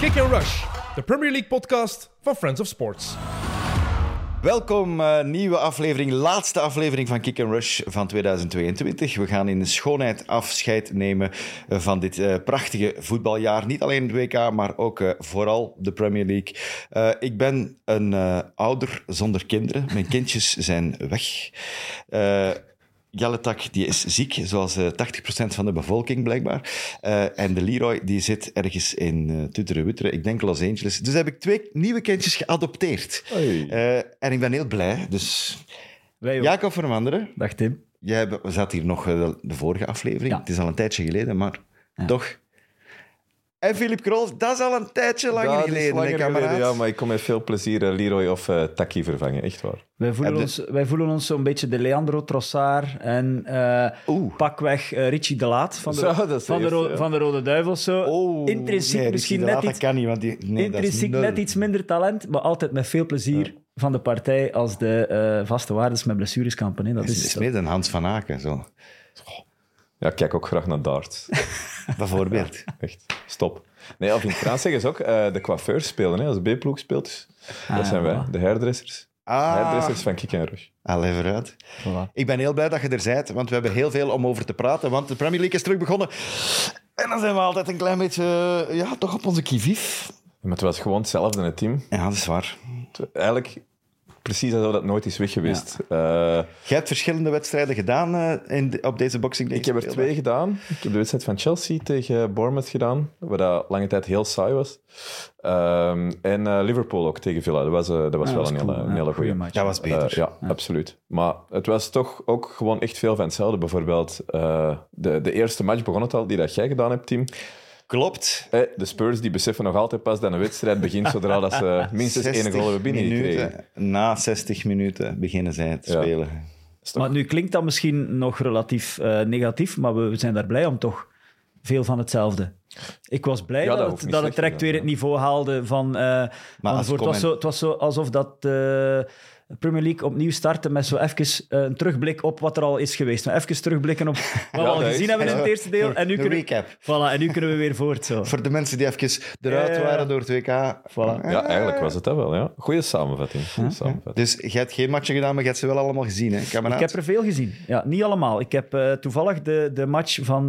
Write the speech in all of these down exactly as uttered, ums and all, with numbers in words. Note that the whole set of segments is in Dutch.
Kick and Rush, de Premier League podcast van Friends of Sports. Welkom, uh, nieuwe aflevering, laatste aflevering van Kick and Rush van tweeduizend tweeëntwintig. We gaan in de schoonheid afscheid nemen van dit uh, prachtige voetbaljaar. Niet alleen het W K, maar ook uh, vooral de Premier League. Uh, ik ben een uh, ouder zonder kinderen. Mijn kindjes zijn weg. Uh, Jelle Tak die is ziek, zoals uh, tachtig procent van de bevolking blijkbaar. Uh, en de Leroy die zit ergens in uh, Tuttere-Wuttere, ik denk Los Angeles. Dus heb ik twee nieuwe kindjes geadopteerd. Uh, en ik ben heel blij. Dus Jacob Vermanderen. Dag Tim. Jij zat hier nog uh, de vorige aflevering. Ja. Het is al een tijdje geleden, maar ja. toch... En Filip Krol, dat is al een tijdje langer ja, geleden, langer hè, geleden. Ja, maar ik kon met veel plezier uh, Leroy of uh, Taki vervangen, echt waar. Wij voelen, ons, wij voelen ons zo'n beetje de Leandro Trossard en uh, pakweg uh, Richie de Laat van de, zo, van, de Ro- ja. van de Rode Duivels. Zo. Oh, intrinsiek nee, misschien net net, iets, iets, kan niet, want die, nee, intrinsiek net iets minder talent, maar altijd met veel plezier ja. van de partij als de uh, vaste waardes met blessures kampen. Hè. Dat is, is, is meer dan Hans van Aken. Zo. Ja, ik kijk ook graag naar darts. Bijvoorbeeld. Ja, echt, stop. Nee, of in het Frans zeggen ze ook, uh, de coiffeurs spelen. Hè. Als B-ploeg speelt, ah, dat zijn ja, wij, de hairdressers. Ah. Hairdressers van Kick and Rush. Allee, vooruit. Voilà. Ik ben heel blij dat je er bent, want we hebben heel veel om over te praten, want de Premier League is terug begonnen. En dan zijn we altijd een klein beetje, ja, toch op onze qui-vive. Maar het was gewoon hetzelfde, het team. Ja, dat is waar. Eigenlijk... Precies alsof dat nooit is weg geweest. Ja. Uh, Jij hebt verschillende wedstrijden gedaan uh, in de, op deze Boxing Day? Ik heb er twee gedaan. Ik heb de wedstrijd van Chelsea tegen Bournemouth gedaan, waar dat lange tijd heel saai was. Um, en uh, Liverpool ook tegen Villa. Dat was, uh, dat was ja, wel dat een cool. hele, ja, een hele goede match. Dat was beter. Uh, ja, ja, absoluut. Maar het was toch ook gewoon echt veel van hetzelfde. Bijvoorbeeld, uh, de, de eerste match begon het al, die dat jij gedaan hebt, Tim. Klopt. Eh, de Spurs die beseffen nog altijd pas dat een wedstrijd begint zodra dat ze minstens één goal hebben binnengekregen. Na zestig minuten beginnen zij te ja. spelen. Maar nu klinkt dat misschien nog relatief uh, negatief, maar we zijn daar blij om toch. Veel van hetzelfde. Ik was blij ja, dat, dat, het, dat het direct weer het niveau haalde van... Uh, maar van voor, het, was zo, het was zo alsof dat... Uh, Premier League opnieuw starten met zo even uh, een terugblik op wat er al is geweest. Maar even terugblikken op wat ja, we al gezien is. hebben in het eerste deel. En nu, kunnen, recap. Voilà, en nu kunnen we weer voort. Zo. Voor de mensen die even eruit uh, waren door het W K. Voilà. Ja, eigenlijk was het dat wel. Ja. Goeie samenvatting. Goeie huh? samenvatting. Dus je hebt geen matchen gedaan, maar je hebt ze wel allemaal gezien, hè, kameraad? Ik heb er veel gezien. Ja, niet allemaal. Ik heb uh, toevallig de, de match van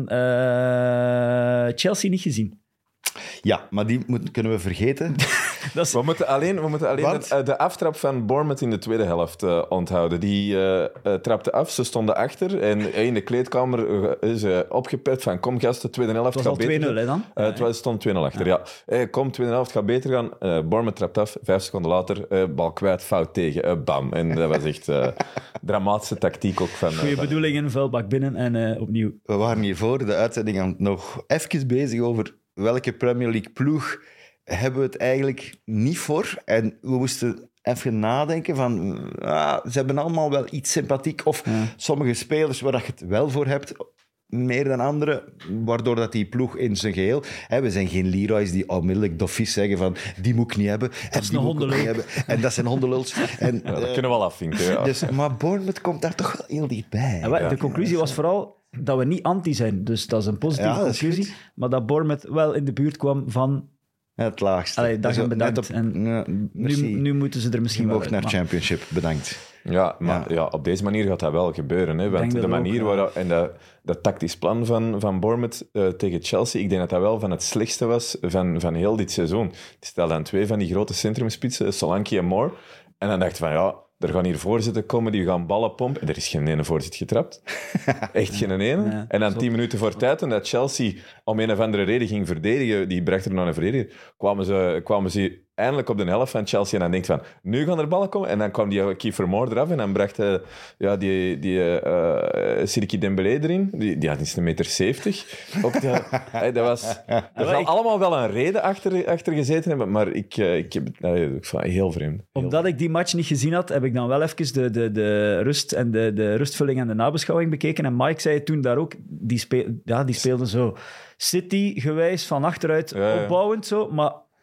uh, Chelsea niet gezien. Ja, maar die moet, kunnen we vergeten. Dat is... We moeten alleen, we moeten alleen de, de aftrap van Bournemouth in de tweede helft uh, onthouden. Die uh, uh, trapte af, ze stonden achter. En in de kleedkamer uh, is uh, opgepet van kom gasten, tweede helft gaat beter. Het was al twee nul, hè, dan? Uh, het was, stond twee nul achter, ja. ja. Hey, kom, tweede helft gaat beter gaan. Uh, Bournemouth trapt af, vijf seconden later, uh, bal kwijt, fout tegen, uh, bam. En dat was echt uh, dramatische tactiek ook van... Uh, Goeie van... bedoelingen, vuilbak binnen en uh, opnieuw. We waren hier voor de uitzending aan nog even bezig over welke Premier League ploeg hebben we het eigenlijk niet voor. En we moesten even nadenken van... Ah, ze hebben allemaal wel iets sympathiek. Of ja. sommige spelers waar je het wel voor hebt, meer dan anderen, waardoor dat die ploeg in zijn geheel... Hè, we zijn geen Leroy's die onmiddellijk doffies zeggen van die moet ik niet hebben. Dat is een hondenlul. En dat zijn hondenluls. En, ja, dat uh, kunnen we wel afvinken. Ja. Dus, maar Bournemouth komt daar toch wel heel dichtbij. Ja, de ja. conclusie was vooral... dat we niet anti zijn, dus dat is een positieve ja, conclusie. Maar dat Bournemouth wel in de buurt kwam van... Het laagste. Allee, dag en bedankt. Op, en ja, nu, nu moeten ze er misschien wel uit. naar Championship, bedankt. Ja, maar ja. Ja, op deze manier gaat dat wel gebeuren. Hè? Want de manier ook, waar... En dat, dat tactisch plan van, van Bournemouth uh, tegen Chelsea, ik denk dat dat wel van het slechtste was van, van heel dit seizoen. Die stelden aan twee van die grote centrumspitsen, Solanke en Moore. En dan dacht ik van, ja... Er gaan hier voorzitten komen, die gaan ballen pompen. En er is geen ene voorzit getrapt. Echt geen ene. Ja, en dan tien minuten voor tijd, en dat Chelsea om een of andere reden ging verdedigen, die bracht er naar een verdediger, kwamen ze, kwamen ze eindelijk op de helft van Chelsea en dan denkt van, nu gaan er ballen komen. En dan kwam die Kiefer Moore eraf en dan bracht uh, ja, die, die uh, Siriki Dembélé erin. Die, die had iets een meter zeventig. Ook de, hey, dat was, er zal allemaal wel een reden achter, achter gezeten hebben, maar ik, uh, ik, heb, uh, ik vond het heel vreemd. Heel Omdat vreemd. ik die match niet gezien had, heb ik dan wel even de, de, de rust en de, de rustvulling en de nabeschouwing bekeken. En Mike zei toen daar ook, die, speel, ja, die speelden zo City-gewijs van achteruit ja, ja. opbouwend, zo, maar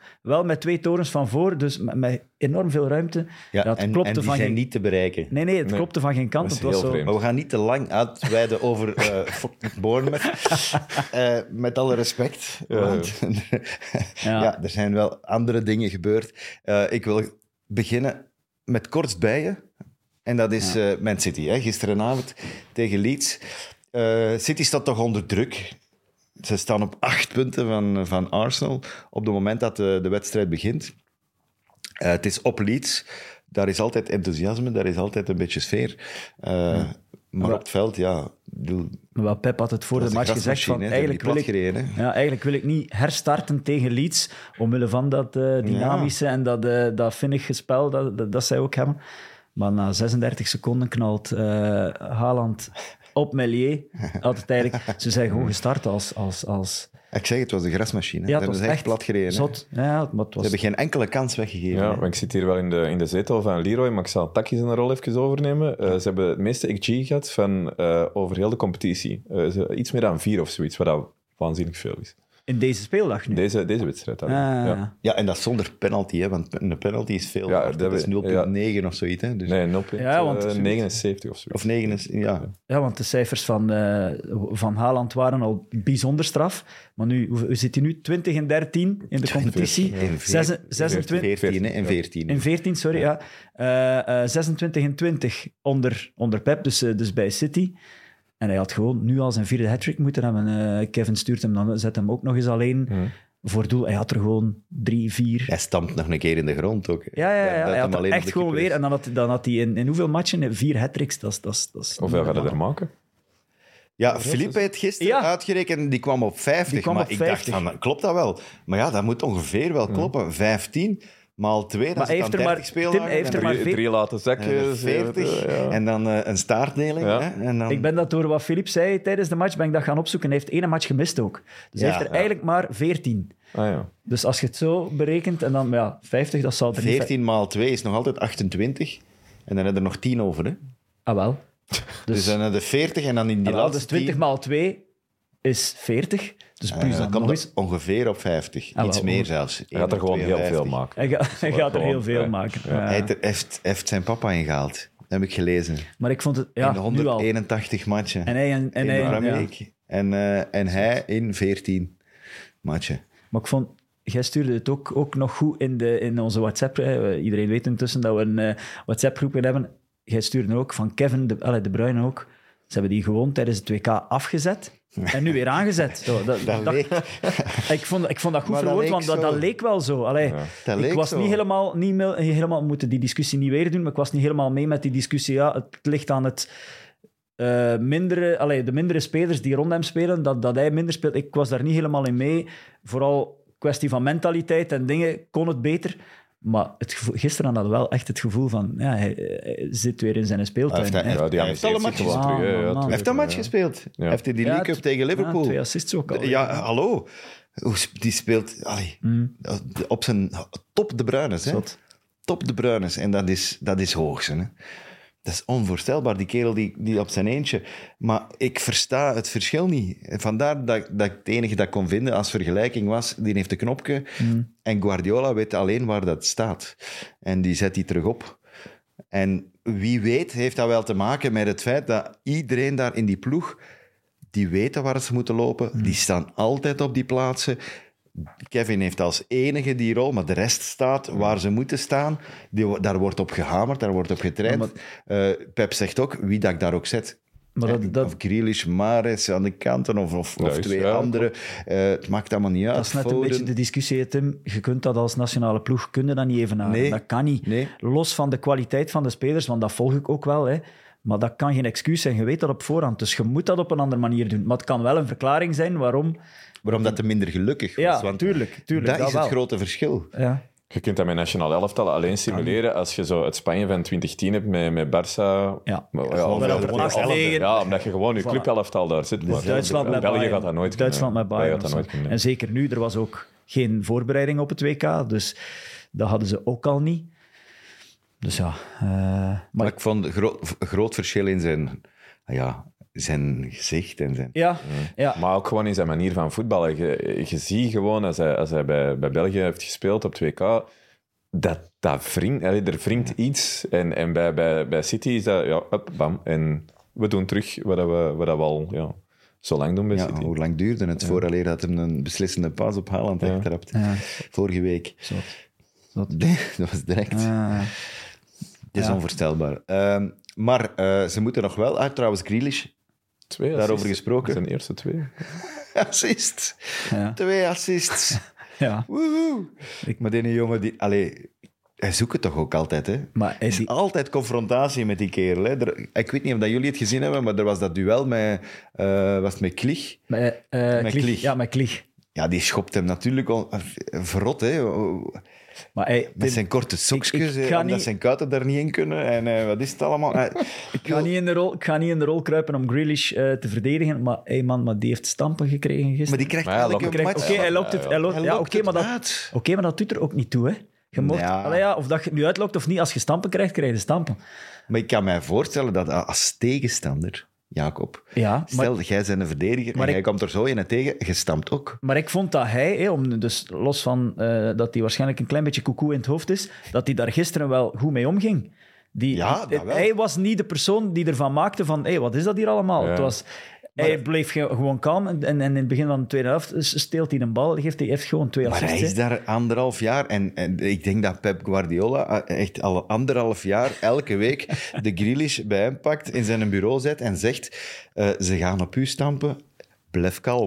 Wel met twee torens van voor, dus met, met enorm veel ruimte. Ja, ja, het en, klopte en die van zijn geen... niet te bereiken. Nee, nee, het Nee. klopte van geen kant. Dat Het is was heel zo... vreemd. Maar we gaan niet te lang uitweiden over uh, Bournemouth. uh, met alle respect. Ja. Want Ja. ja, er zijn wel andere dingen gebeurd. Uh, ik wil beginnen met kortstbijen. En dat is uh, Man City, hè, gisterenavond tegen Leeds. Uh, City staat toch onder druk. Ze staan op acht punten van, van Arsenal op het moment dat de, de wedstrijd begint. Uh, het is op Leeds. Daar is altijd enthousiasme, daar is altijd een beetje sfeer. Uh, ja. Maar ja. op het veld, ja... Bedoel, wel, Pep had het voor de match gezegd van... Hè, eigenlijk, wil ik, gereden, ja, eigenlijk wil ik niet herstarten tegen Leeds, omwille van dat uh, dynamische ja. en dat, uh, dat vinnige spel dat, dat, dat zij ook hebben. Maar na zesendertig seconden knalt uh, Haaland op Meslier. Altijd eigenlijk... Ze zijn gewoon gestart als... als, als Ik zeg, het was een grasmachine. Ja, Ze hebben echt plat gereden. Zot. Ja, maar het was... Ze hebben geen enkele kans weggegeven. Ja, maar ik zit hier wel in de, in de zetel van Leroy, maar ik zal takjes in de rol even overnemen. Uh, ze hebben het meeste X G gehad van, uh, over heel de competitie. Uh, ze, iets meer dan vier of zoiets, wat dat waanzinnig veel is. In deze speeldag nu? Deze, deze wedstrijd. Ah, ja. ja, en dat zonder penalty, hè, want een penalty is veel. Ja, dat, dat is nul komma negen ja. of zoiets. Hè, dus. Nee, nul komma negenenzeventig of zoiets. Of negenenzeventig, ja. Ja, want de cijfers van, uh, van Haaland waren al bijzonder straf. Maar nu, hoe, hoe zit hij nu? twintig en dertien in de competitie. In zesentwintig, veertien en veertien. In veertien, sorry, ja. ja. Uh, uh, zesentwintig en twintig onder, onder Pep, dus, uh, dus bij City. En hij had gewoon nu al zijn vierde hat-trick moeten hebben. Uh, Kevin stuurt hem dan, zet hem ook nog eens alleen hmm. voor doel. Hij had er gewoon drie, vier... Hij stampt nog een keer in de grond ook. Ja, ja, ja, ja. Hij had er echt gewoon weer. En dan had, dan had hij in, in hoeveel matchen? Vier hat-tricks. Dat is, dat is, dat is hoeveel gaat hij er maken? Ja, Philippe heeft gisteren ja. uitgerekend, die kwam op vijftig. Kwam maar op ik vijftig. dacht van, klopt dat wel? Maar ja, dat moet ongeveer wel kloppen. Hmm. vijftien maal twee, dat is dan dertig speeldagen. Heeft er maar drie, drie laten zakken. veertig. Ja. En dan uh, een staartdeling. Ja. Hè? En dan... Ik ben dat door wat Philippe zei tijdens de match, ben ik dat gaan opzoeken. Hij heeft één match gemist ook. Dus ja, hij heeft er ja. eigenlijk maar veertien. Ah, ja. Dus als je het zo berekent, en dan ja, vijftig, dat zal er niet... veertien maal twee is nog altijd achtentwintig. En dan heb je er nog tien over, hè? Ah, wel. Dus, dus dan heb je veertig en dan in die ah, wel, laatste dus twintig maal twee is veertig. Dus plus uh, dan komt nog eens... ongeveer op vijftig. Ah, Iets wel, meer zelfs. Hij gaat er gewoon heel veel maken. Hij, ga, hij gaat er heel veel ja. maken. Ja. Ja. Hij heeft, heeft, heeft zijn papa ingehaald. Dat heb ik gelezen. Maar ik vond het... Ja, in de honderdeenentachtig matchen. En hij, en, en in hij, de Premier ja. League. En, uh, en hij in veertien matchen. Maar ik vond... Jij stuurde het ook, ook nog goed in, de, in onze WhatsApp. Hè. Iedereen weet intussen dat we een uh, WhatsApp-groep hebben. Jij stuurde ook van Kevin de, allee, de Bruyne ook. Ze hebben die gewoon tijdens het W K afgezet en nu weer aangezet. Zo, dat, dat dat, leek... ik, vond, ik vond dat goed verwoord, want dat, dat leek wel zo. Allee, ja, dat ik leek was zo. niet helemaal, niet me, helemaal... We moeten die discussie niet weer doen, maar ik was niet helemaal mee met die discussie. Ja, het ligt aan het... Uh, mindere, allee, de mindere spelers die rond hem spelen, dat, dat hij minder speelt. Ik was daar niet helemaal in mee. Vooral kwestie van mentaliteit en dingen, kon het beter. Maar het gevoel, gisteren had hij wel echt het gevoel van, ja, hij, hij zit weer in zijn speeltuin. Hij heeft, ja, die hij heeft al een match gespeeld. Terug, ja, ja, hij heeft een match ja. gespeeld. Ja. Heeft hij die League Cup ja, tegen Liverpool. Ja, twee assists ook al. Ja, ja. hallo. Die speelt allee, mm. op zijn top de Bruynes. Hè? Top de Bruynes. En dat is, dat is hoog. Hè? Dat is onvoorstelbaar, die kerel die, die op zijn eentje. Maar ik versta het verschil niet. Vandaar dat, dat ik het enige dat ik kon vinden als vergelijking was, die heeft een knopje mm. en Guardiola weet alleen waar dat staat. En die zet die terug op. En wie weet heeft dat wel te maken met het feit dat iedereen daar in die ploeg, die weten waar ze moeten lopen, mm. die staan altijd op die plaatsen. Kevin heeft als enige die rol, maar de rest staat waar ze moeten staan. Die, daar wordt op gehamerd, daar wordt op getraind. Ja, maar... uh, Pep zegt ook, wie dat ik daar ook zet. Maar dat, dat... Of Grealish, Mahrez aan de kanten, of, of, of twee ja, anderen. Uh, het maakt allemaal niet uit. Dat is net Foden. een beetje de discussie, Tim. Je kunt dat als nationale ploeg, kun je dat niet even aan. Nee. Dat kan niet. Nee. Los van de kwaliteit van de spelers, want dat volg ik ook wel, hè. Maar dat kan geen excuus zijn. Je weet dat op voorhand. Dus je moet dat op een andere manier doen. Maar het kan wel een verklaring zijn waarom... Waarom dat er minder gelukkig was. Ja, want tuurlijk. tuurlijk dat, dat is wel. het grote verschil. Ja. Je kunt dat met nationale elftallen alleen simuleren als je zo het Spanje van twintig tien hebt met, met Barça. Ja, ja, ja, omdat, ja omdat je gewoon je clubelftal daar zit. Dus Duitsland met België gaat dat nooit Duitsland kunnen. met Bayern. Dat nooit kunnen. En zeker nu, er was ook geen voorbereiding op het W K. Dus dat hadden ze ook al niet. Dus ja... Uh, maar maar ik vond een groot, groot verschil in zijn... Ja, zijn gezicht en zijn... Ja, ja. Maar ook gewoon in zijn manier van voetballen. Je, je ziet gewoon, als hij, als hij bij, bij België heeft gespeeld op twee K, dat, dat wringt, allee, er wringt iets. En, en bij, bij, bij City is dat, ja, up, bam. En we doen terug wat we, wat we al ja, zo lang doen bij ja, City. Hoe lang duurde het ja. vooraleer dat hem een beslissende pas op Haaland ja. trapt? Ja. Vorige week. Zot. Zot. Dat was direct. Uh, Het is ja. onvoorstelbaar. Uh, maar uh, ze moeten nog wel uit, trouwens, Grealish. Twee daarover gesproken. Zijn eerste twee. Assist. Ja. Twee assists. Ja. Woehoe. Ik... Maar die jongen, die, allee, hij zoekt het toch ook altijd, hè? Maar er is die... altijd confrontatie met die kerel. Hè? Er, ik weet niet of dat jullie het gezien hebben, maar er was dat duel met, uh, was het met Klich? Met, uh, met Klich. Klich. Ja, met Klich. Ja, die schopt hem natuurlijk al, verrot, hè? Maar hij, met dit, zijn korte sokjes, omdat niet... zijn kuiten daar niet in kunnen. En uh, wat is het allemaal? ik, ga niet in de rol, ik ga niet in de rol kruipen om Grealish uh, te verdedigen, maar, hey man, maar die heeft stampen gekregen gisteren. Maar die krijgt maar ja, elke match. Oké, okay, hij loopt het, hij loopt, hij ja, okay, maar dat, Oké, okay, maar dat doet er ook niet toe, hè. Je mocht, ja. Allee, ja, of dat je het nu uitlokt of niet, als je stampen krijgt, krijg je stampen. Maar ik kan mij voorstellen dat als tegenstander... Jacob, ja, stel, maar, jij bent een verdediger en ik, jij komt er zo in tegen, je stampt ook. Maar ik vond dat hij, hé, om, dus los van uh, dat hij waarschijnlijk een klein beetje koekoe in het hoofd is, dat hij daar gisteren wel goed mee omging. Die, ja, dat wel. Hij was niet de persoon die ervan maakte van, hé, wat is dat hier allemaal? Ja. Het was... Maar, hij bleef gewoon kalm en, en in het begin van de tweede helft steelt hij een bal, geeft hij heeft gewoon twee assists. Maar hij is daar anderhalf jaar en, en ik denk dat Pep Guardiola echt al anderhalf jaar elke week de Grealish bij hem pakt, in zijn bureau zet en zegt, uh, ze gaan op u stampen, blijf kalm.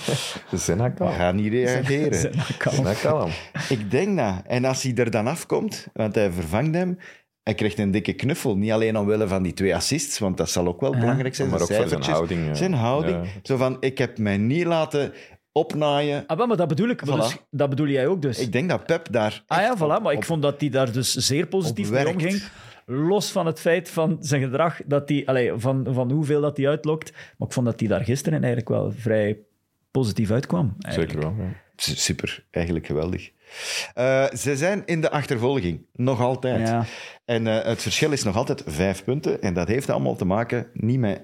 Zijn kalm. Ga niet reageren. Zijn kalm. Ik denk dat. En als hij er dan afkomt, want hij vervangt hem, hij krijgt een dikke knuffel. Niet alleen omwille van die twee assists, want dat zal ook wel ja. belangrijk zijn. Maar ook voor zijn houding. Ja. Zijn houding. Ja. Zo van, ik heb mij niet laten opnaaien. Ah, maar dat bedoel ik. Voilà. Dus, dat bedoel jij ook dus. Ik denk dat Pep daar... Ah ja, voilà. Op, maar ik vond dat hij daar dus zeer positief mee omging. Los van het feit van zijn gedrag, dat die, allez, van, van hoeveel dat hij uitlokt. Maar ik vond dat hij daar gisteren eigenlijk wel vrij positief uitkwam. Eigenlijk. Zeker wel, ja. Super. Eigenlijk geweldig. Uh, ze zijn in de achtervolging, nog altijd. Ja. En uh, het verschil is nog altijd vijf punten. En dat heeft allemaal te maken, niet met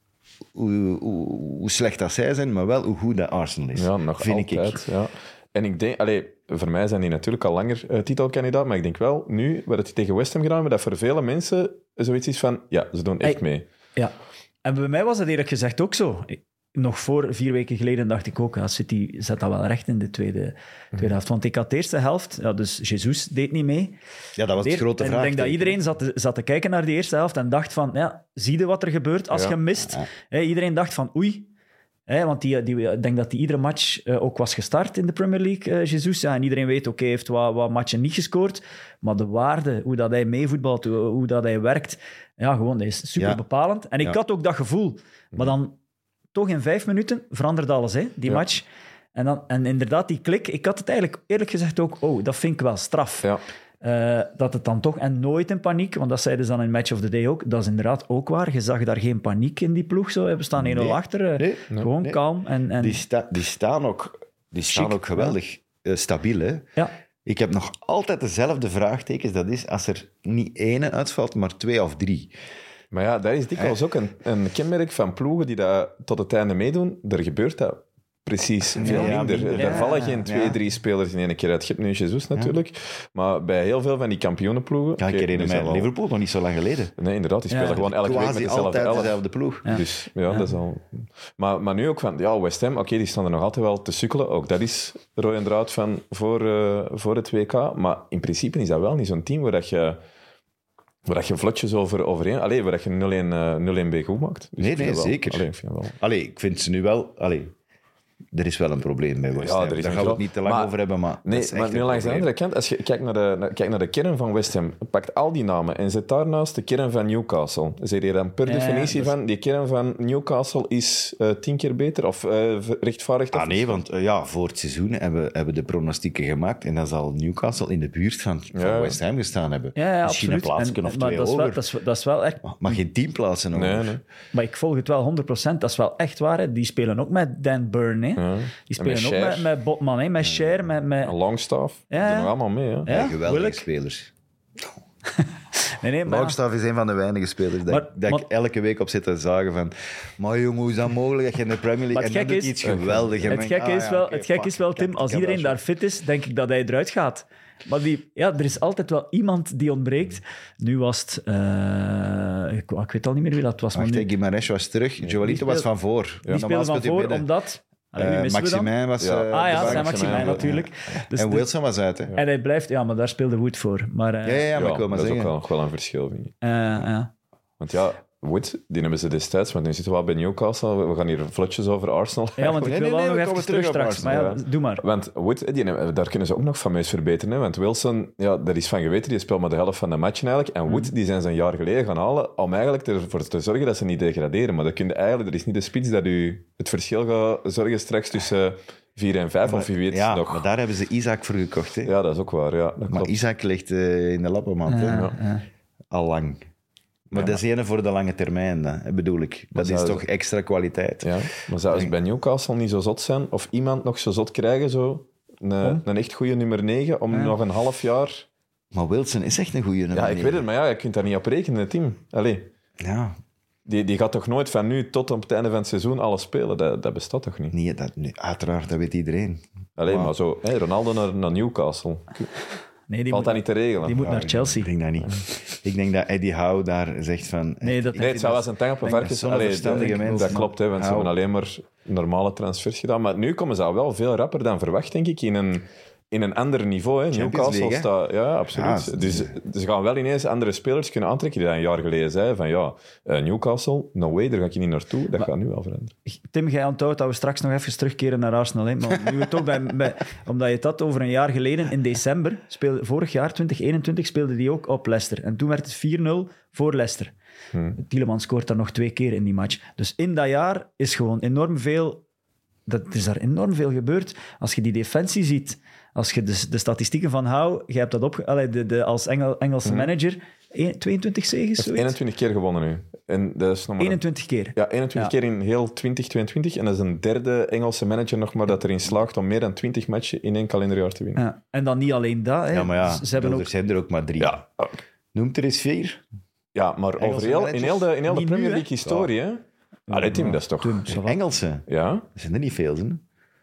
hoe, hoe, hoe slecht dat zij zijn, maar wel hoe goed dat Arsenal is. Ja, nog vind altijd. Ik. Ja. En ik denk, allez, voor mij zijn die natuurlijk al langer uh, titelkandidaat, maar ik denk wel, nu, wat het tegen West Ham gedaan hebben, dat voor vele mensen zoiets is van, ja, ze doen echt hey, mee. Ja, en bij mij was het eerlijk gezegd ook zo. Nog voor vier weken geleden dacht ik ook, ja, City zet dat wel recht in de tweede, tweede helft. Want ik had de eerste helft, ja, dus Jesus deed niet mee. Ja, dat was de grote vraag. En ik denk dat iedereen zat te, zat te kijken naar die eerste helft en dacht van, ja, zie je wat er gebeurt als ja. je mist? Ja. He, iedereen dacht van, oei. He, want die, die, ik denk dat hij iedere match uh, ook was gestart in de Premier League, uh, Jesus. Ja, en iedereen weet, oké, okay, hij heeft wat, wat matchen niet gescoord. Maar de waarde, hoe dat hij meevoetbalt, hoe, hoe dat hij werkt, ja, gewoon, dat is super ja. bepalend. En ik ja. had ook dat gevoel. Maar dan... Toch in vijf minuten veranderde alles, hè, die ja. match. En, dan, en inderdaad, die klik, ik had het eigenlijk eerlijk gezegd ook, oh, dat vind ik wel straf. Ja. Uh, dat het dan toch, en nooit in paniek, want dat zeiden ze dan in Match of the Day ook, dat is inderdaad ook waar. Je zag daar geen paniek in die ploeg, zo. We staan één nul nee. achter, uh, nee. gewoon nee. kalm. En, en... Die, sta, die staan ook, die staan ook geweldig ja. uh, stabiel, hè. Ja. Ik heb nog altijd dezelfde vraagtekens, dat is als er niet één uitvalt, maar twee of drie. Maar ja, dat is dikwijls ook een, een kenmerk van ploegen die dat tot het einde meedoen. Er gebeurt dat precies veel ja, minder. minder. Daar ja, vallen geen twee, ja. drie spelers in één keer uit. Je hebt nu Jesus natuurlijk, ja. maar bij heel veel van die kampioenenploegen... Ja, ik herinner mij wel... Liverpool nog niet zo lang geleden. Nee, inderdaad. Die spelen ja, gewoon elke week met dezelfde altijd elf. dezelfde ploeg. Ja. Dus ja, ja, dat is al... Maar, maar nu ook van... Ja, West Ham, oké, okay, die staan er nog altijd wel te sukkelen. Ook dat is rode en draad van voor, uh, voor het W K. Maar in principe is dat wel niet zo'n team waar dat je... Waar je vlotjes over, overheen... Allee, waar je nul een B goed maakt. Dus nee, nee, wel, zeker. Allee, ik, vind wel. Allee, ik vind ze nu wel... Allee, er is wel een probleem bij West Ham. Ja, daar gaan we het niet te lang maar, over hebben, maar... Nee, maar nu langs de andere kant, als je kijkt naar de, kijkt naar de kern van West Ham, pakt al die namen en zet daarnaast de kern van Newcastle. Zeg je dan per ja, definitie ja, van, die kern van Newcastle is uh, tien keer beter of uh, rechtvaardigd? Ah nee, want uh, ja, voor het seizoen hebben we de pronostieken gemaakt en dan zal Newcastle in de buurt van, van ja. West Ham gestaan hebben. Ja, ja, misschien absoluut. een plaatsje of en, twee dat is over. Wel, dat, is, dat is wel echt... Maar geen tien plaatsen over. Nee, nee. Maar ik volg het wel honderd procent. Dat is wel echt waar. Hè. Die spelen ook met Dan Burn. Hè. Ja. Die spelen ook met, met Botman, hè, met Cher, met... met... Longstaff, ja, die doen nog allemaal mee. Hè. Ja, ja, geweldige spelers. Nee, nee, maar... Longstaff is een van de weinige spelers dat, maar, ik, dat maar... ik elke week op zit te zagen van maar jongen, hoe is dat mogelijk dat je in de Premier League... En dan doet iets geweldigs. Het gekke is wel, het gek is wel Tim, als iedereen daar fit is, denk ik dat hij eruit gaat. Maar die, ja, er is altijd wel iemand die ontbreekt. Nu was het... Uh, ik, ik weet al niet meer wie dat was. Wacht, nu... Guimarães was terug. Joelito was van voor. Die ja, speelde van voor, omdat... Uh, Maximin was... Ja. Uh, ah ja, zijn Maximin natuurlijk. Dus en Wilson was uit, hè? En hij blijft... Ja, maar daar speelde Wood voor. Maar, uh, ja, ja, ja, maar ik wil maar dat zeggen. is ook wel, nog wel een verschil, vind ik. Uh, ja. Want ja... Wood, die hebben ze destijds, want nu zitten we wel bij Newcastle. We gaan hier vlotjes over Arsenal. Ja, want ik wil nee, nee, wel nee, nog even terug straks. Maar ja, ja, doe maar. Want Wood, die, daar kunnen ze ook nog fameus verbeteren. Hè? Want Wilson, ja, daar is van geweten, die speelt maar de helft van de matchen eigenlijk. En Wood, die zijn ze een jaar geleden gaan halen om eigenlijk ervoor te zorgen dat ze niet degraderen. Maar dat kun je eigenlijk, er is niet de spits dat u het verschil gaat zorgen straks tussen vier en vijf, maar, of wie weet ja, nog. Maar daar hebben ze Isaac voor gekocht. Hè? Ja, dat is ook waar. Ja, dat maar klopt. Isaac ligt uh, in de lappenmand. Ja, hè? ja. Al lang. Maar ja, dat is ene voor de lange termijn, dat bedoel ik. Dat is toch extra kwaliteit. Ja, maar zou ze bij Newcastle niet zo zot zijn? Of iemand nog zo zot krijgen, zo? Een, oh. een echt goede nummer negen, om ja. nog een half jaar... Maar Wilson is echt een goede nummer Ja, ik negen. weet het, maar ja, je kunt daar niet op rekenen, Tim. Allee. Ja. Die, die gaat toch nooit van nu tot op het einde van het seizoen alles spelen? Dat, dat bestaat toch niet? Nee, dat, nee, uiteraard, dat weet iedereen. Allee, wow. maar zo, hey, Ronaldo naar, naar Newcastle... Nee, die Valt moet, dat niet te regelen? Die moet ja, naar Chelsea. Ik denk dat niet. Ik denk dat Eddie Howe daar zegt van... Nee, dat nee het zou wel zijn tang op een varkens... Dat, dat klopt, hè, want Howe. Ze hebben alleen maar normale transfers gedaan. Maar nu komen ze al wel veel rapper dan verwacht, denk ik, in een... In een ander niveau. Hè. Newcastle staat... Ja, absoluut. Ja, dus ze gaan wel ineens andere spelers kunnen aantrekken die dat een jaar geleden zeiden van ja, uh, Newcastle, no way, daar ga ik je niet naartoe. Dat maar, gaat nu wel veranderen. Tim, jij onthoudt dat we straks nog even terugkeren naar Arsenal. Hè? Maar nu we toch bij, bij, omdat je het had over een jaar geleden, in december, speelde, vorig jaar, twintig eenentwintig, speelde die ook op Leicester. En toen werd het vier nul voor Leicester. Hmm. Tielemans scoort daar nog twee keer in die match. Dus in dat jaar is gewoon enorm veel... Dat is daar enorm veel gebeurd. Als je die defensie ziet... Als je de, de statistieken van Howe, je hebt dat op, allee, de, de, als Engel, Engelse mm-hmm. manager, tweeëntwintig zegens, zoiets? eenentwintig keer gewonnen nu. En dat is nog maar eenentwintig keer? Ja, eenentwintig ja. keer in heel twintig tweeëntwintig. En dat is een derde Engelse manager nog maar dat erin slaagt om meer dan twintig matchen in één kalenderjaar te winnen. Ja. En dan niet alleen dat. Hè. Ja, maar ja, ze hebben ook... er zijn er ook maar drie. Ja. Noemt er eens vier. Ja, maar Engelse over heel, in heel de, in heel de Premier League historie, hè? Ja. Allee, Tim, dat is toch... Tim, Engelse? Ja. Dat zijn er niet veel, hè?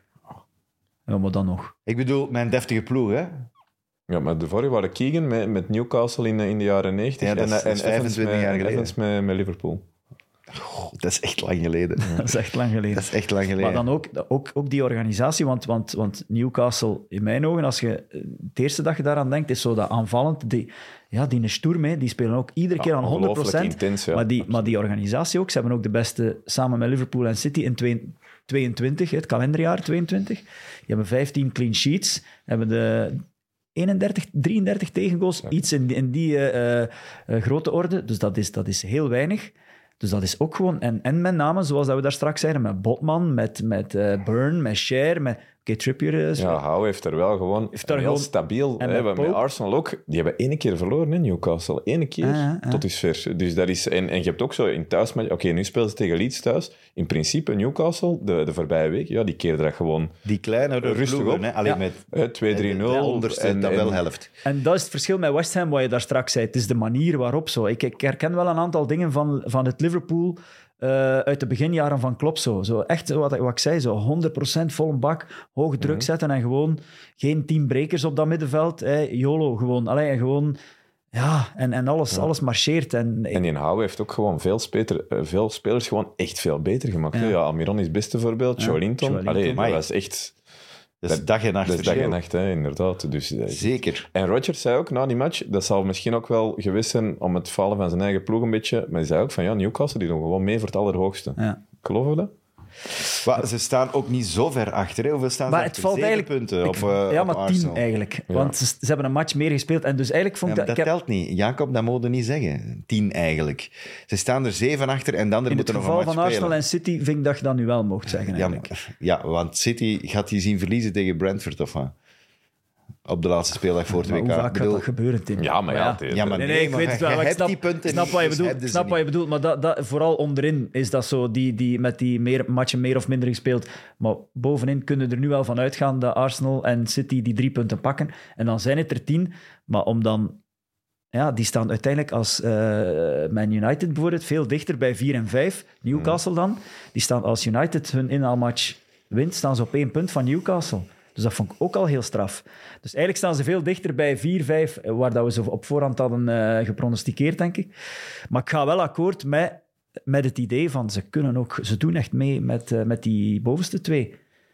Ja, maar dan nog. Ik bedoel, mijn deftige ploeg, hè? Ja, maar de vorige waren Keegan met, met Newcastle in, in de jaren negentig. Ja, dat is, en, dat is en vijfentwintig Evans jaar met, geleden. Evans met, met Liverpool. Goh, dat is echt lang geleden. Dat is echt lang geleden. Dat is echt lang geleden. Maar dan ook, ook, ook die organisatie, want, want, want Newcastle, in mijn ogen, als je de eerste dag je daaraan denkt, is zo dat aanvallend. Die, ja, die Sturm, hè, die spelen ook iedere ja, keer aan honderd procent. Intens, ja. maar, die, maar die organisatie ook, ze hebben ook de beste, samen met Liverpool en City, in tweeëntwintig, het kalenderjaar tweeëntwintig. Die hebben vijftien clean sheets, hebben de... eenendertig, drieëndertig tegengoals, ja. iets in die, in die uh, uh, grote orde. Dus dat is, dat is heel weinig. Dus dat is ook gewoon... En, en met name, zoals dat we daar straks zeiden, met Botman, met, met uh, Burn, met Cher, met... Oké, okay, Trippier is... Ja, Howe heeft er wel gewoon heeft er heel gewoon, stabiel... En hè, met, met Arsenal ook. Die hebben één keer verloren in Newcastle. Eén keer, ah, ah. tot dusver. Dus dat is... En, en je hebt ook zo in thuis... Oké, okay, nu spelen ze tegen Leeds thuis. In principe, Newcastle, de, de voorbije week, ja, die keerde dat gewoon... Die kleine rustig ploegen, op. Hè? Alleen ja. met twee drie nul. De onderste en, tabelhelft. En, en dat is het verschil met West Ham, wat je daar straks zei. Het is de manier waarop zo. Ik, ik herken wel een aantal dingen van, van het Liverpool... Uh, uit de beginjaren van Klopp zo. zo echt wat, wat ik zei, zo honderd procent vol een bak, hoge druk mm-hmm. zetten en gewoon geen teambrekers op dat middenveld. Hè. YOLO gewoon. Allee, en gewoon... Ja, en, en alles, ja. alles marcheert. En, en die Howe heeft ook gewoon veel, speter, veel spelers gewoon echt veel beter gemaakt. Ja, ja Almiron is het beste voorbeeld. Ja. Joelinton. Allee, dat was echt... Dat is dag en nacht. Dat is dag en nacht, hè, inderdaad. Dus, Zeker. En Rodgers zei ook na die match, dat zal misschien ook wel geweest zijn om het falen van zijn eigen ploeg een beetje, maar hij zei ook van ja, Newcastle die doen gewoon mee voor het allerhoogste. Ja. Geloven we dat? Maar ze staan ook niet zo ver achter. Hè? Hoeveel staan maar ze het valt eigenlijk, punten ik, op, uh, ja, op maar Arsenal. tien eigenlijk. Ja. Want ze, ze hebben een match meer gespeeld. En dus eigenlijk vond ja, ik dat... dat... Dat telt niet. Jacob, dat mogen we niet zeggen. Tien eigenlijk. Ze staan er zeven achter en dan er moeten nog een match spelen. In het geval van Arsenal en City vind ik dat je dat nu wel mocht zeggen eigenlijk. Ja, maar, ja, want City gaat die zien verliezen tegen Brentford of wat? Op de laatste speeldag voor het W K. Hoe vaak gaat dat gebeuren, Tim? Ja, maar ja. ja, maar nee, nee, ik weet het wel. Ik snap, die punten snap wat je bedoelt. Dus snap wat je bedoelt, maar dat, dat, vooral onderin is dat zo, die, die met die meer, matchen meer of minder gespeeld. Maar bovenin kunnen we er nu wel van uitgaan dat Arsenal en City die drie punten pakken. En dan zijn het er tien. Maar om dan ja, die staan uiteindelijk als uh, Man United bijvoorbeeld veel dichter bij vier en vijf. Newcastle dan. Die staan als United hun inhaalmatch wint, staan ze op één punt van Newcastle. Dus dat vond ik ook al heel straf. Dus eigenlijk staan ze veel dichter bij vier vijf, waar dat we ze op voorhand hadden uh, gepronosticeerd, denk ik. Maar ik ga wel akkoord met, met het idee van ze kunnen ook... Ze doen echt mee met, uh, met die bovenste twee.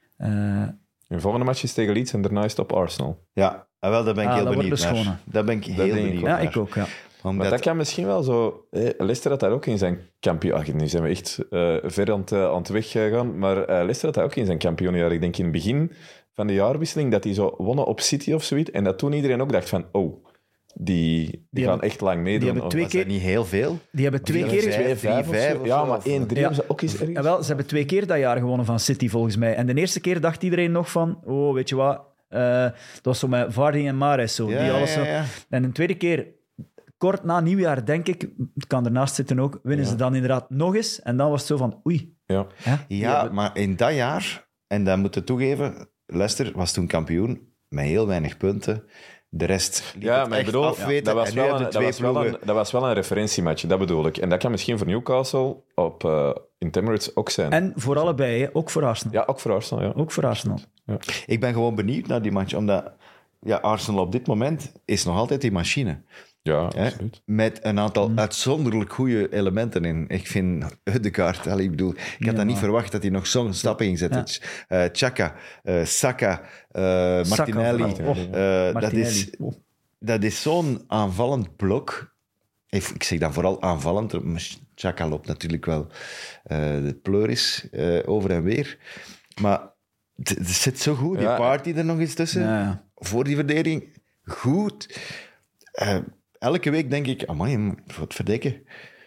Uh, De volgende match is tegen Leeds en daarna is het op Arsenal. Ja, en wel, daar ben ik ah, heel benieuwd naar. Daar ben ik heel dat benieuwd ik naar. Ja, ik ook, ja. Omdat... Maar dat kan misschien wel zo... Eh, Leicester had daar ook in zijn kampioen... Ach, nu zijn we echt uh, ver aan het, uh, aan het weggaan. Maar uh, Leicester had dat ook in zijn kampioenjaar. Ik denk in het begin van de jaarwisseling dat die zo wonnen op City of zoiets. En dat toen iedereen ook dacht van... Oh, die, die, die gaan hebben, echt lang meedoen. Die hebben twee was keer, dat niet heel veel? Die hebben twee drie, keer... Vijf, drie, vijf, ja, maar één drie ja. hebben ze ook eens ergens. Ja, wel, ze hebben twee keer dat jaar gewonnen van City, volgens mij. En de eerste keer dacht iedereen nog van... Oh, weet je wat... Uh, dat was zo met Vardy en Mahrez. Zo, ja, die alles ja, ja. Zo. En een tweede keer... Kort na nieuwjaar, denk ik, het kan ernaast zitten ook, winnen ja. ze dan inderdaad nog eens. En dan was het zo van, oei. Ja, ja, ja maar in dat jaar, en dat moeten we toegeven, Leicester was toen kampioen met heel weinig punten. De rest liet ja, het maar echt ik bedoel, afweten. Dat was, wel een, dat, was wel een, dat was wel een referentiematch, dat bedoel ik. En dat kan misschien voor Newcastle op, uh, in Emirates ook zijn. En voor allebei, hè? Ook voor Arsenal. Ja, ook voor Arsenal. Ja. Ook voor Arsenal. Ja. Ik ben gewoon benieuwd naar die match, omdat ja, Arsenal op dit moment is nog altijd die machine. Ja, absoluut. Met een aantal mm. uitzonderlijk goede elementen in. Ik vind Ødegaard, ik bedoel, ik had ja, dat niet verwacht dat hij nog zo'n stappen ging zetten. Ja. Uh, Xhaka, uh, Saka, uh, Martinelli. Saka, oh, uh, Martinelli. Dat is, oh. dat is zo'n aanvallend blok. Ik zeg dan vooral aanvallend. Xhaka loopt natuurlijk wel uh, de pleuris uh, over en weer. Maar het zit zo goed. Die ja. Party er nog eens tussen. Ja, ja. Voor die verdediging. Goed. Uh, Elke week denk ik, amai, wat verdikken.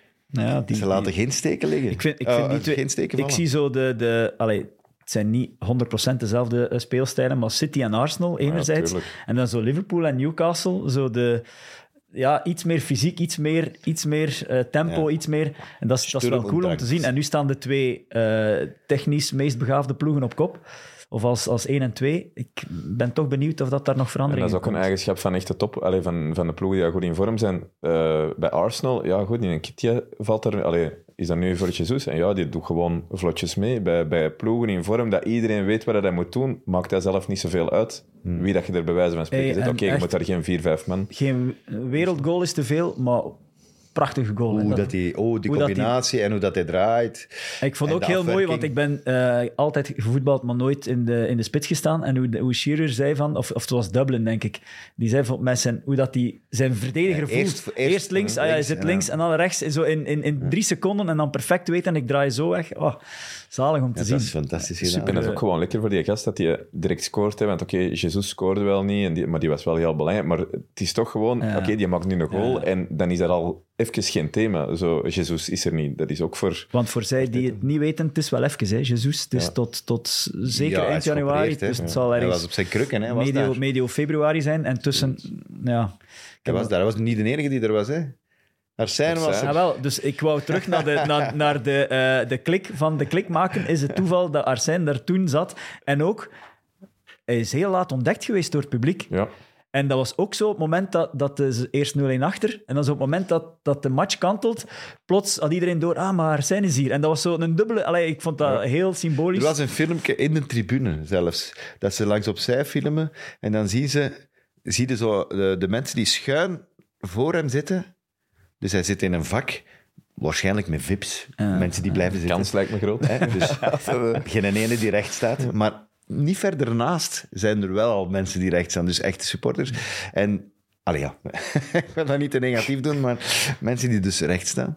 Ja, die, Ze laten die, geen steken liggen. Ik, vind, ik, vind uh, die twee, geen steken ik zie zo de... de allee, het zijn niet honderd procent dezelfde speelstijlen, maar City en Arsenal enerzijds. Ja, en dan zo Liverpool en Newcastle, zo de... Ja, iets meer fysiek, iets meer, iets meer uh, tempo, ja. iets meer... En dat is, dat is wel cool om te zien. En nu staan de twee uh, technisch meest begaafde ploegen op kop. Of als, als één en twee. Ik ben toch benieuwd of dat daar nog verandering in komt. Dat is ook een eigenschap van echte top, allee, van, van de ploegen die goed in vorm zijn. Uh, bij Arsenal, ja goed, in een kitje valt er... Allee, is dat nu voor Jesus? En ja, die doet gewoon vlotjes mee. Bij, bij ploegen in vorm, dat iedereen weet wat hij moet doen, maakt hij zelf niet zoveel uit. Hmm. Wie dat je er bij wijze van spreken hey, zit. Oké, okay, je moet daar geen vier, vijf man... Geen wereldgoal is te veel, maar... Prachtige goal. Hoe dat die, oh, die hoe combinatie die... en hoe dat hij draait. Ik vond het ook heel mooi, want ik ben uh, altijd gevoetbald, maar nooit in de, in de spits gestaan. En hoe, hoe Shearer zei van, of, of het was Dublin, denk ik, die zei van, met zijn, hoe dat die zijn verdediger ja, eerst, voelt. Eerst, eerst links, ah, ja, hij zit ja. links en dan rechts, zo in, in, in drie seconden en dan perfect weten en ik draai zo weg. Oh, zalig om te ja, zien. Dat is fantastisch gedaan. En dat is ook gewoon lekker voor die gast dat hij direct scoort. Hè, want oké, okay, Jesus scoorde wel niet, en die, maar die was wel heel belangrijk. Maar het is toch gewoon, ja. oké, okay, die maakt nu een goal ja. en dan is dat al even geen thema. Zo, Jesus is er niet. Dat is ook voor... Want voor zij die het niet weten, het is wel even, hè, Jesus. Het is ja. tot, tot zeker ja, eind januari. Dus het ja. zal ergens... Hij was op zijn krukken, hè. Was medio, medio februari zijn. En tussen... Ja. Hij was daar. Hij was niet de enige die er was, hè. Arsène was er. Ja, wel, dus ik wou terug naar de, naar, naar de, uh, de klik van de klik maken. Is het toeval dat Arsène daar toen zat. En ook, hij is heel laat ontdekt geweest door het publiek. Ja. En dat was ook zo op het moment dat, dat de, eerst nul-een achter. En dan zo op het moment dat, dat de match kantelt, plots had iedereen door, ah, maar Arsène is hier. En dat was zo een dubbele... Allee, ik vond dat ja. heel symbolisch. Er was een filmpje in de tribune zelfs, dat ze langs opzij filmen. En dan zien ze, zie je zo de, de mensen die schuin voor hem zitten. Dus hij zit in een vak, waarschijnlijk met V I P's. Uh, mensen die blijven zitten. Kans lijkt me groot. Hè? Dus geen ene die recht staat. Maar niet verder naast zijn er wel al mensen die recht staan. Dus echte supporters. En, allee ja, ik wil dat niet te negatief doen, maar mensen die dus recht staan.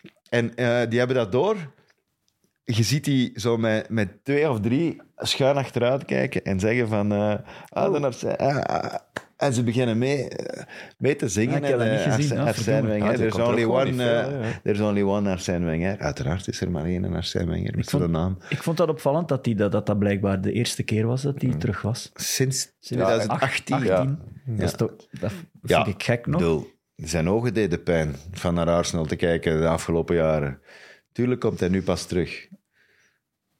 En uh, die hebben dat door. Je ziet die zo met, met twee of drie schuin achteruit kijken en zeggen van... Uh, ah, dan Arsène, ah, ah. En ze beginnen mee, mee te zingen. Ja, ik heb dat niet gezien. Arsène Wenger. There's only one, uh, ja. there's only one Arsène Wenger. Uiteraard is er maar één Arsène Wenger. Ik vond, de naam. ik vond dat opvallend dat, die, dat, dat dat blijkbaar de eerste keer was dat hij mm. terug was. Sinds twintig achttien. Ja, ja. Dat, is toch, dat vind ja, ik gek nog. Bedoel, zijn ogen deden pijn van naar Arsenal te kijken de afgelopen jaren. Tuurlijk komt hij nu pas terug.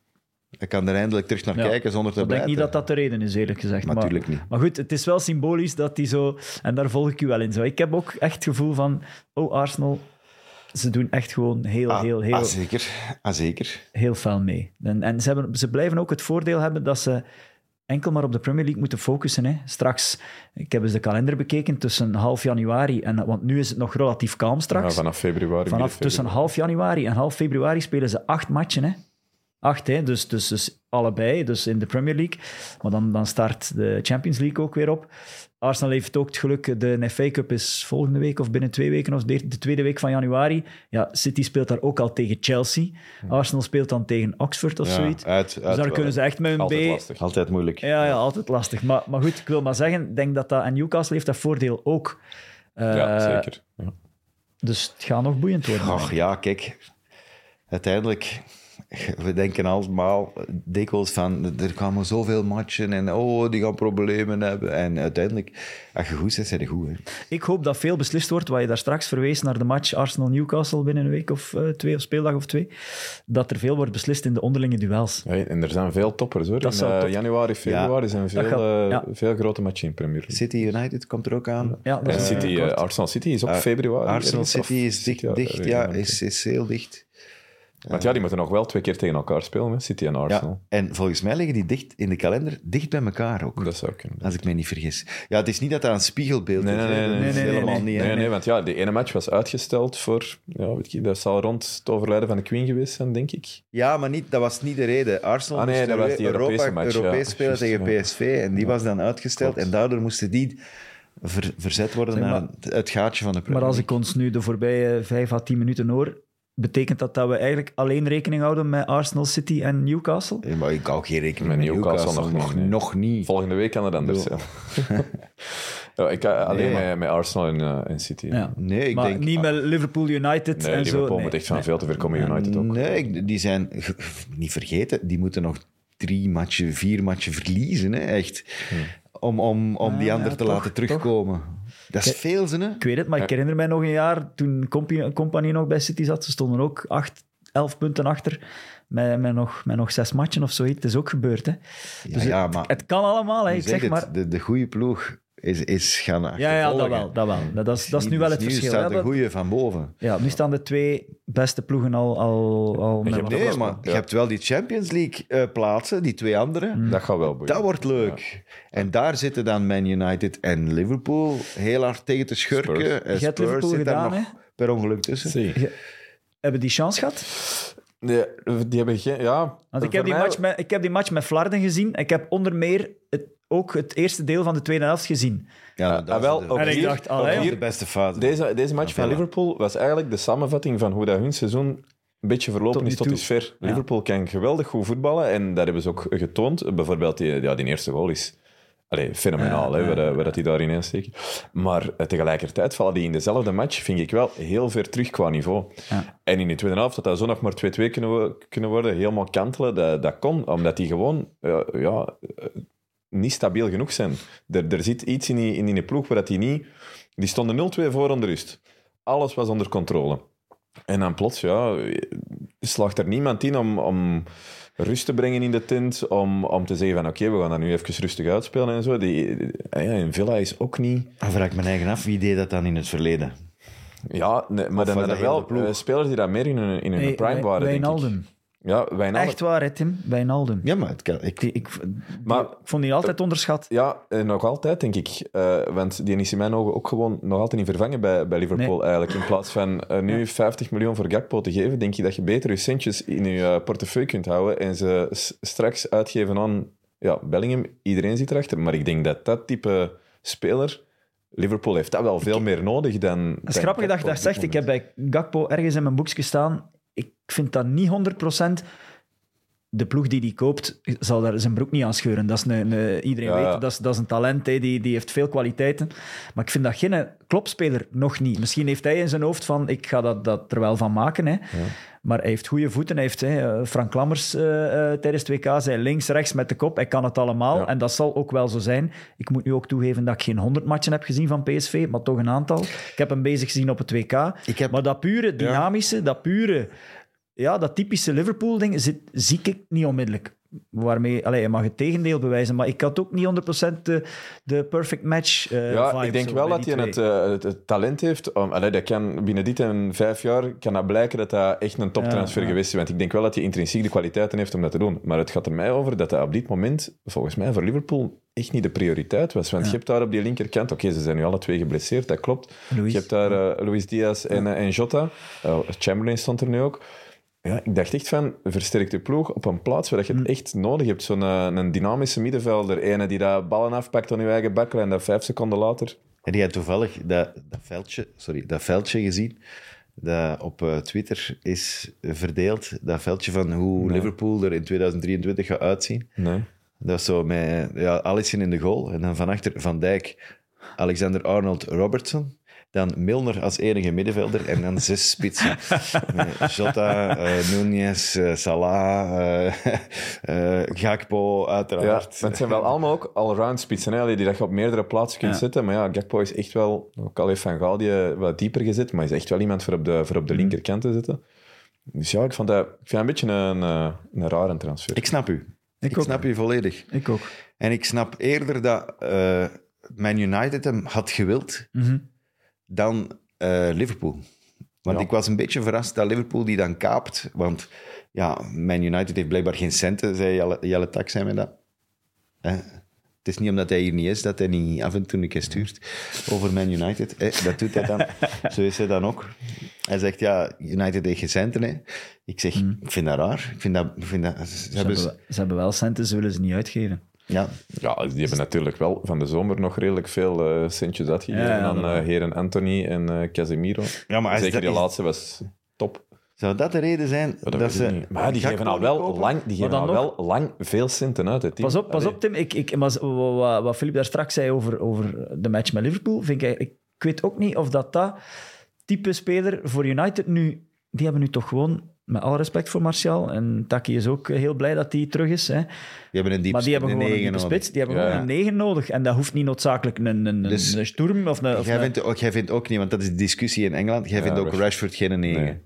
Hij kan er eindelijk terug naar ja. kijken zonder te blijven. Ik denk niet dat dat de reden is, eerlijk gezegd. Maar, Natuurlijk niet. Maar goed, het is wel symbolisch dat hij zo... En daar volg ik u wel in. Zo. Ik heb ook echt het gevoel van... Oh, Arsenal... Ze doen echt gewoon heel, ah, heel, heel... Ah, zeker. Ah, zeker. Heel fel mee. En, en ze, hebben, ze blijven ook het voordeel hebben dat ze enkel maar op de Premier League moeten focussen. Hè. Straks, ik heb eens de kalender bekeken, tussen half januari en... Want nu is het nog relatief kalm straks. Ja, vanaf februari. Vanaf tussen half januari en half februari spelen ze acht matchen, hè. Acht, hè? Dus, dus, dus allebei, dus in de Premier League. Maar dan, dan start de Champions League ook weer op. Arsenal heeft ook het geluk, de F A Cup is volgende week of binnen twee weken, of de, de tweede week van januari. Ja, City speelt daar ook al tegen Chelsea. Arsenal speelt dan tegen Oxford of ja, zoiets. Uit, dus uit, daar wel, kunnen ze echt met een altijd B... Lastig. Altijd moeilijk. Ja, ja, altijd lastig. Maar, maar goed, ik wil maar zeggen, ik denk dat dat... En Newcastle heeft dat voordeel ook. Uh, ja, zeker. Ja. Dus het gaat nog boeiend worden. Ach ja, kijk. Uiteindelijk... We denken allemaal dikwijls van, er komen zoveel matchen en oh, die gaan problemen hebben. En uiteindelijk, als je goed bent, zijn je goed. Hè. Ik hoop dat veel beslist wordt, wat je daar straks verwees naar de match Arsenal-Newcastle binnen een week of uh, twee, of speeldag of twee, dat er veel wordt beslist in de onderlinge duels. Ja, en er zijn veel toppers, hoor. Dat in uh, top. januari, februari ja. zijn veel, gaat, uh, ja. veel grote matchen in Premier League. City United komt er ook aan. Ja, en City, uh, Arsenal City is ook uh, februari. Arsenal City is dicht, ja, dicht ja, is, is heel dicht. Want ja, die moeten nog wel twee keer tegen elkaar spelen, hè? City en Arsenal. Ja, en volgens mij liggen die dicht in de kalender, dicht bij elkaar ook. Dat zou kunnen. Als ik me niet vergis. Ja, het is niet dat dat een spiegelbeeld nee, is. Nee, nee, nee. nee, nee, nee, helemaal nee, niet. Nee, nee, want ja, de ene match was uitgesteld voor... Ja, weet je, dat zal rond het overlijden van de Queen geweest zijn, denk ik. Ja, maar niet, dat was niet de reden. Arsenal ah, nee, moest dat was die Europa, Europese match, Europees ja. spelen tegen ja. P S V en die ja. was dan uitgesteld. Klopt. En daardoor moesten die ver, verzet worden zeg, naar maar, het gaatje van de Premier. Maar als ik ons nu de voorbije vijf à tien minuten hoor... Betekent dat dat we eigenlijk alleen rekening houden met Arsenal, City en Newcastle? Ja, maar ik hou geen rekening met, met Newcastle, Newcastle. Nog, nog, nee. nog niet. Volgende week kan het anders zijn. ja, ik ga alleen nee, met, met Arsenal en, uh, en City. Ja. Nee, ik maar denk... niet met Liverpool United nee, en Liverpool zo. Nee, moet echt van nee. veel te ver komen, United ook. Nee, die zijn... Niet vergeten, die moeten nog drie matchen, vier matchen verliezen, hè, echt. Hmm. Om, om, om ah, die ander ja, te toch, laten terugkomen. Toch? Dat is veel, hè? Ik weet het, maar ik herinner mij nog een jaar, toen Company nog bij City zat, ze stonden ook acht, elf punten achter, met, met, nog, met nog zes matchen of zoiets. Het is ook gebeurd, hè. Ja, dus ja, het, maar... Het kan allemaal, hè. Ik zeg het, maar... De, de goede ploeg is, is gaan Ja, ja, dat wel. Dat, wel. dat, dat, is, dat is nu wel het nu verschil. Nu staat ja, de goede van boven. Ja, nu staan de twee beste ploegen al... al, al met nee, maar ja. je hebt wel die Champions League uh, plaatsen, die twee andere. Mm. Dat gaat wel boeien. Dat wordt leuk. Ja. En daar zitten dan Man United en Liverpool heel hard tegen te schurken. Spurs. En Spurs zit daar nog per ongeluk tussen. Je, hebben die chance gehad? Nee, die hebben geen... Ja, Want ik heb, die mij... match met, ik heb die match met Vlaarden gezien. Ik heb onder meer het, ook het eerste deel van de tweede helft gezien. Ja, dat ah, wel, de, ook en hier, ik dacht, allee, ook hier de beste fase. Deze, deze match van Liverpool was eigenlijk de samenvatting van hoe dat hun seizoen een beetje verlopen tot is tot dusver. Ja. Liverpool kan geweldig goed voetballen en dat hebben ze ook getoond. Bijvoorbeeld die, ja, die eerste goal is... Allee, fenomenaal, ja, hè, ja, waar, waar hij daarin insteekt. Maar uh, tegelijkertijd vallen die in dezelfde match, vind ik wel, heel ver terug qua niveau. Ja. En in de tweede helft, dat dat zo nog maar twee-twee kunnen, kunnen worden, helemaal kantelen, dat, dat kon, omdat die gewoon uh, ja, uh, niet stabiel genoeg zijn. Er, er zit iets in die, in die ploeg waar dat die niet... Die stonden nul-twee voor onder rust. Alles was onder controle. En dan plots, ja, slaagt er niemand in om... om rust te brengen in de tent, om, om te zeggen van oké, okay, we gaan dat nu even rustig uitspelen en zo. Die, die, ja, in Villa is ook niet... Dan vraag ik me eigen af, wie deed dat dan in het verleden? Ja, nee, maar of dan hadden wel uh, spelers die dat meer in hun, in hun hey, prime waren, Wijnaldum. denk ik. Ja, Wijnaldum. Echt waar, hè, Tim? Wijnaldum. Ja, maar het kan, ik... Die, ik, maar, ik vond die altijd onderschat. Ja, nog altijd, denk ik. Uh, want die is in mijn ogen ook gewoon nog altijd niet vervangen bij, bij Liverpool, nee. eigenlijk. In plaats van uh, nu vijftig miljoen voor Gakpo te geven, denk je dat je beter je centjes in je uh, portefeuille kunt houden en ze s- straks uitgeven aan ja, Bellingham. Iedereen zit erachter. Maar ik denk dat dat type speler... Liverpool heeft dat wel veel ik, meer nodig dan... Het is grappig dat je dat zegt. Ik heb bij Gakpo ergens in mijn boekje staan... Ik vind dat niet honderd procent. De ploeg die die koopt, zal daar zijn broek niet aan scheuren. Dat is een, een, iedereen ja, weet, dat is, dat is een talent, he, die, die heeft veel kwaliteiten. Maar ik vind dat geen klopspeler, nog niet. Misschien heeft hij in zijn hoofd van, ik ga dat, dat er wel van maken. Hè. Ja. Maar hij heeft goede voeten. Hij heeft, hè, Frank Lammers uh, uh, tijdens het W K zei links, rechts met de kop. Hij kan het allemaal. Ja. En dat zal ook wel zo zijn. Ik moet nu ook toegeven dat ik geen honderd matchen heb gezien van P S V, maar toch een aantal. Ik heb hem bezig gezien op het W K. Ik heb... Maar dat pure dynamische, ja. dat pure... Ja, dat typische Liverpool-ding zie ik niet onmiddellijk. waarmee... Allee, je mag het tegendeel bewijzen, maar ik had ook niet honderd procent de, de perfect match uh, Ja, vibe, ik denk wel dat hij het, uh, het, het talent heeft. Om, allee, dat kan, binnen dit en vijf jaar kan dat blijken dat dat echt een toptransfer ja, ja. geweest is. Want ik denk wel dat hij intrinsiek de kwaliteiten heeft om dat te doen. Maar het gaat er mij over dat hij op dit moment, volgens mij voor Liverpool, echt niet de prioriteit was. Want ja. je hebt daar op die linkerkant... Oké, okay, ze zijn nu alle twee geblesseerd, dat klopt. Luis. Je hebt daar uh, Luis Diaz en, uh, en Jota. Uh, Chamberlain stond er nu ook. Ja, ik dacht echt van, versterk de ploeg op een plaats waar je het echt nodig hebt. Zo'n een, een dynamische middenvelder. Ene die dat ballen afpakt aan je eigen bakken en dat vijf seconden later... En die had toevallig dat, dat, veldje, sorry, dat veldje gezien dat op uh, Twitter is verdeeld. Dat veldje van hoe nee. Liverpool er in tweeduizend drieëntwintig gaat uitzien. Nee. Dat is zo met ja, Alisson in de goal. En dan van achter Van Dijk, Alexander-Arnold, Robertson. Dan Milner als enige middenvelder en dan zes spitsen. Met Jota, uh, Núñez, uh, Salah, uh, uh, Gakpo, uiteraard. Ja, maar het zijn wel allemaal ook all-round spitsen, hè, die dat je op meerdere plaatsen kunt ja. zetten. Maar ja, Gakpo is echt wel, ook al heeft Van Gaal die wat dieper gezet, maar is echt wel iemand voor op de, voor op de linkerkant te zetten. Dus ja, ik, vond dat, ik vind dat een beetje een, een, een rare transfer. Ik snap u. Ik, ik snap u volledig. Ik ook. En ik snap eerder dat uh, Man United hem had gewild... Mm-hmm. dan uh, Liverpool. Want ja. ik was een beetje verrast dat Liverpool die dan kaapt. Want ja, Man United heeft blijkbaar geen centen, zei Jelle, Jelle Tak, zei me dat. Eh, het is niet omdat hij hier niet is, dat hij niet af en toe een keer stuurt over Man United. Eh, dat doet hij dan. Zo is hij dan ook. Hij zegt, ja, United heeft geen centen. Hè. Ik zeg, mm. ik vind dat raar. Ik vind dat, ik vind dat, ze, ze, hebben, ze hebben wel centen, ze willen ze niet uitgeven. Ja. ja, die hebben natuurlijk wel van de zomer nog redelijk veel uh, centjes uitgegeven ja, ja, aan uh, heren Anthony en uh, Casemiro. Ja, maar Zeker die is... laatste was top. Zou dat de reden zijn ja, dat, dat ze... Maar die geven al wel lang, die geven al nog... wel lang veel centen uit. Het team. Pas op, pas op Tim. Ik, ik, maar wat, wat Philippe daar straks zei over, over de match met Liverpool, vind ik, ik, ik weet ook niet of dat dat type speler voor United nu... Die hebben nu toch gewoon... Met alle respect voor Martial. En Taki is ook heel blij dat hij terug is. Hè. Die hebben een diep, maar die hebben gewoon een diepe spits. Die hebben ja. gewoon een negen nodig. En dat hoeft niet noodzakelijk een, een, dus, een Sturm of een... Of jij, een... Vindt ook, jij vindt ook niet, want dat is de discussie in Engeland, jij ja, vindt ook Rashford, Rashford geen negen. Nee,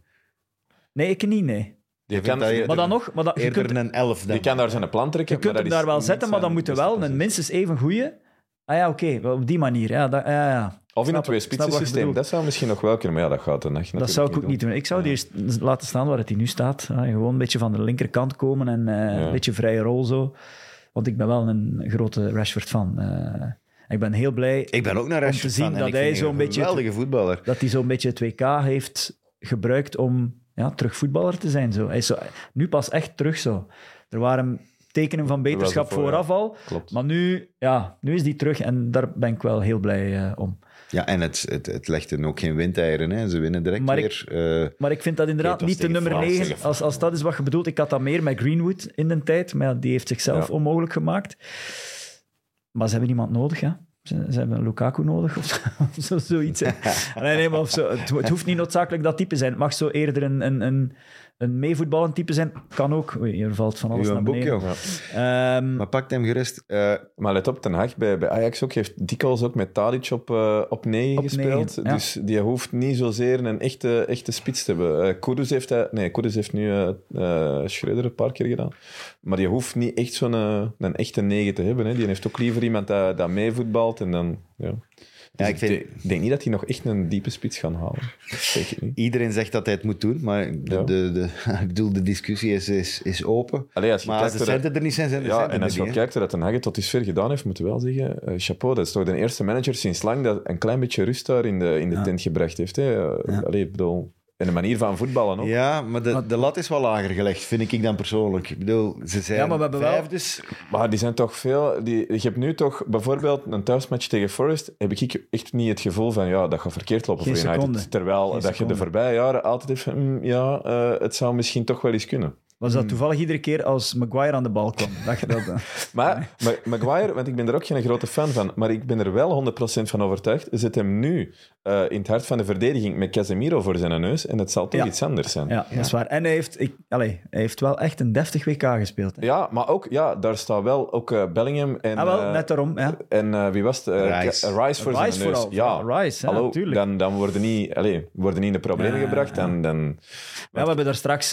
nee ik niet, nee. Die kan, je, maar dan nog... Maar dat, je eerder kunt, een elf dan. Die kan daar zijn plan trekken. Je kunt hem daar wel zetten, maar dan moet je wel een minstens even goeie... Ah ja, oké, okay, op die manier. Ja, dat, ja, ja. Of in een twee-spitsen systeem. Dat zou misschien nog wel kunnen, maar ja, dat gaat dan echt Dat zou ik ook doen. niet doen. Ik zou ja. die eerst laten staan waar het hij nu staat. Ja, gewoon een beetje van de linkerkant komen en uh, ja. een beetje vrije rol zo. Want ik ben wel een grote Rashford-fan. Uh, ik ben heel blij ik ben ook naar Rashford om te zien fan, dat hij zo'n beetje... Een geweldige voetballer. Dat hij zo'n beetje het W K heeft gebruikt om ja, terug voetballer te zijn. Zo. Hij is zo, nu pas echt terug zo. Er waren... tekenen van beterschap voor, vooraf ja. al. Klopt. Maar nu, ja, nu is die terug en daar ben ik wel heel blij uh, om. Ja, en het, het, het legt hen ook geen windeieren. Hè. Ze winnen direct maar weer. Ik, uh, maar ik vind dat inderdaad niet de nummer negen. Als, als dat is wat je bedoelt. Ik had dat meer met Greenwood in de tijd, maar die heeft zichzelf ja. onmogelijk gemaakt. Maar ze hebben iemand nodig, ja. Ze, ze hebben Lukaku nodig of, of zo, zoiets. nee, nee, maar of zo. Het, het hoeft niet noodzakelijk dat type zijn. Het mag zo eerder een... een, een Een meevoetballend type zijn, kan ook. Oei, hier valt van alles naar beneden. Boek, ja. um, maar pakt hem gerust. Uh, maar let op, Ten Hag bij, bij Ajax ook heeft dikwijls ook met Tadic op, uh, op negen op gespeeld. negen, ja. Dus die hoeft niet zozeer een echte, echte spits te hebben. Uh, Kudus heeft hij... Nee, Kudus heeft nu uh, uh, Schreuder een paar keer gedaan. Maar die hoeft niet echt zo'n uh, een echte negen te hebben. Hè. Die heeft ook liever iemand dat, dat meevoetbalt en dan... Ja. Dus ja, ik, vind... ik denk niet dat hij nog echt een diepe spits gaan halen. Zeker niet. Iedereen zegt dat hij het moet doen, maar de, ja. de, de, ik bedoel, de discussie is, is, is open. Allee, als je maar als de centen dat... er niet zijn, zijn de ja, centen en als je kijkt dat Ten Hag tot dusver gedaan heeft, moeten we wel zeggen, uh, chapeau, dat is toch de eerste manager sinds lang dat een klein beetje rust daar in de, in de ja. tent gebracht heeft. Hè. Uh, ja. Allee, ik bedoel... En de manier van voetballen ook. Ja, maar de, de lat is wel lager gelegd, vind ik dan persoonlijk. Ik bedoel, ze zijn ja, maar we hebben vijf, dus... Maar die zijn toch veel... Die, je hebt nu toch bijvoorbeeld een thuismatch tegen Forest, heb ik echt niet het gevoel van, ja, dat gaat verkeerd lopen Geen voor United. Seconde. Terwijl Geen dat seconde. je de voorbije jaren altijd heeft van, mm, ja, uh, het zou misschien toch wel eens kunnen. Was dat toevallig iedere keer als Maguire aan de bal kwam? Dat je dat, uh... maar nee. Maguire, want ik ben er ook geen grote fan van, maar ik ben er wel honderd procent van overtuigd, zet hem nu uh, in het hart van de verdediging met Casemiro voor zijn neus en het zal toch ja. iets anders zijn. Ja, dat is waar. En hij heeft, ik, allez, hij heeft wel echt een deftig W K gespeeld. Hè? Ja, maar ook, ja, daar staat wel ook uh, Bellingham en... Ah, wel, uh, net daarom, ja. En uh, wie was het? Uh, Rice. Uh, Rice voor Rice zijn neus. Ja, Rice, ja, hallo, natuurlijk. Dan, dan worden niet, allez, worden niet in de problemen ja, gebracht. Ja. Dan, dan, ja, we hebben daar straks...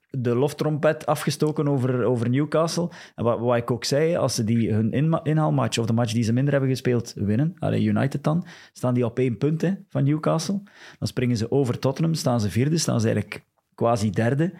de loftrompet afgestoken over, over Newcastle. En wat, wat ik ook zei, als ze die hun inma- inhaalmatch, of de match die ze minder hebben gespeeld, winnen, allee, United dan, staan die op één punt hè, van Newcastle. Dan springen ze over Tottenham, staan ze vierde, staan ze eigenlijk quasi derde.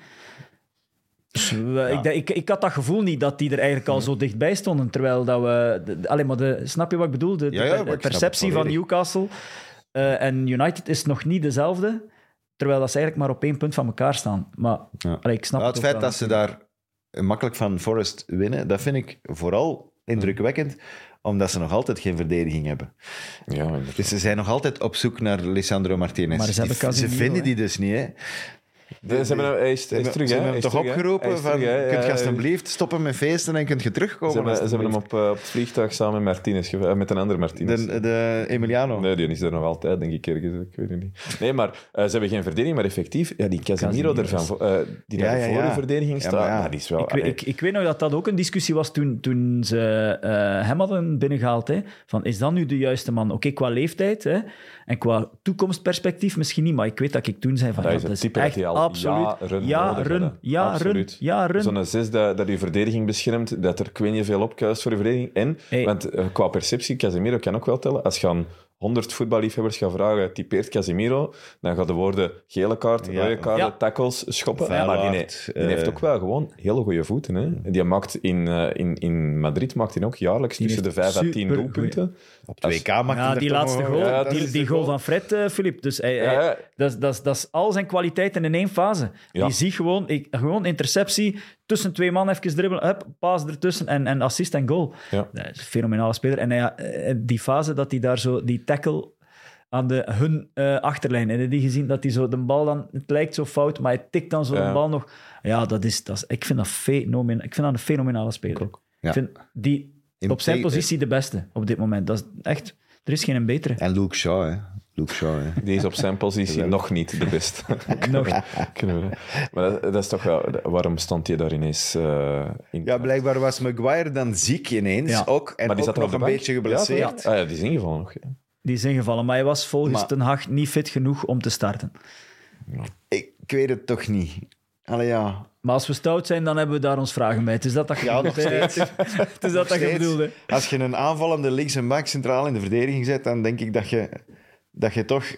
Dus, uh, ja. ik, ik, ik had dat gevoel niet dat die er eigenlijk al zo dichtbij stonden, terwijl dat we... De, allee, maar de, snap je wat ik bedoel? De, ja, ja, de, de perceptie van Newcastle uh, en United is nog niet dezelfde, terwijl dat ze eigenlijk maar op één punt van elkaar staan. Maar ja. allee, ik snap nou, het het feit dat ze daar makkelijk van Forest winnen, dat vind ik vooral indrukwekkend, omdat ze nog altijd geen verdediging hebben. Ja, dus ze zijn nog altijd op zoek naar Lisandro Martinez. Maar ze, die, ze vinden hè? die dus niet, hè. De, ze hebben, hij is, hij is terug, ze hè? hebben hem toch terug, opgeroepen van, terug, hè? kunt je ja, alsjeblieft stoppen met feesten en kunt je terugkomen? Ze hebben, ze hebben hem op, uh, op het vliegtuig samen met Martinez, ge- met een andere Martinez. De, de Emiliano? Nee, die is er nog altijd, denk ik ergens. Ik weet het niet. Nee, maar uh, ze hebben geen verdediging, maar effectief, ja, die Casemiro, ervan, uh, die ja, ja, voor ja. de verdediging staat, ja, ja. Nou, die is wel... Ik, ik, ik weet nog dat dat ook een discussie was toen, toen ze uh, hem hadden binnengehaald. Hè, van, is dat nu de juiste man? Oké, okay, qua leeftijd hè, en qua toekomstperspectief misschien niet, maar ik weet dat ik toen zei van... Dat ja, is het dat type echt dat al absoluut... jaren Ja, nodig run, ja, run, ja, run. Zo'n zes dat, dat je verdediging beschermt, dat er ik weet niet veel opkuist voor je verdediging. En, hey. want uh, qua perceptie, Casemiro kan ook wel tellen. Als je aan honderd voetballiefhebbers gaat vragen, typeert Casemiro, dan gaat de woorden gele kaart, ja. rode kaarten, ja. tackles, schoppen. Ja, maar die, die uh, heeft ook wel gewoon hele goede voeten. Hè. Die maakt in, uh, in, in Madrid maakt hij ook jaarlijks die tussen de vijf à tien doelpunten. Op twee K maakt ja, die laatste goal, ja, die, die goal van Fred, uh, Filip. Dus hij, hij, ja. dat, dat, dat is al zijn kwaliteiten in één fase. Ja. Die ziet gewoon, ik, gewoon interceptie, tussen twee man even dribbelen, hup, paas ertussen en, en assist en goal. Ja. Dat is een fenomenale speler. En hij, die fase dat hij daar zo, die tackle aan de, hun uh, achterlijn, heb je die gezien? Dat hij zo de bal dan, het lijkt zo fout, maar hij tikt dan zo ja. de bal nog. Ja, dat is, dat is, ik, vind dat fenomen, ik vind dat een fenomenale speler. Ja. Ik vind die in op zijn te- positie de beste op dit moment. Dat is echt, er is geen betere. En Luke Shaw, hè. Luke Shaw, hè. Die is op zijn positie nog niet de beste. nog. Maar dat, dat is toch wel... Waarom stond hij daar ineens uh, in? Ja, blijkbaar was Maguire dan ziek ineens ja. ook. En maar die ook zat nog een bank? beetje geblesseerd. Ja, ah, ja, die is ingevallen nog. Ja. Die is ingevallen, maar hij was volgens maar, Ten Hag niet fit genoeg om te starten. Ik, ik weet het toch niet. Allee, ja... Maar als we stout zijn, dan hebben we daar ons vragen bij. Het is dat dat je ja, nog steeds. Het is dat dat je bedoelde. Als je een aanvallende links en back centraal in de verdediging zet, dan denk ik dat je, dat je toch...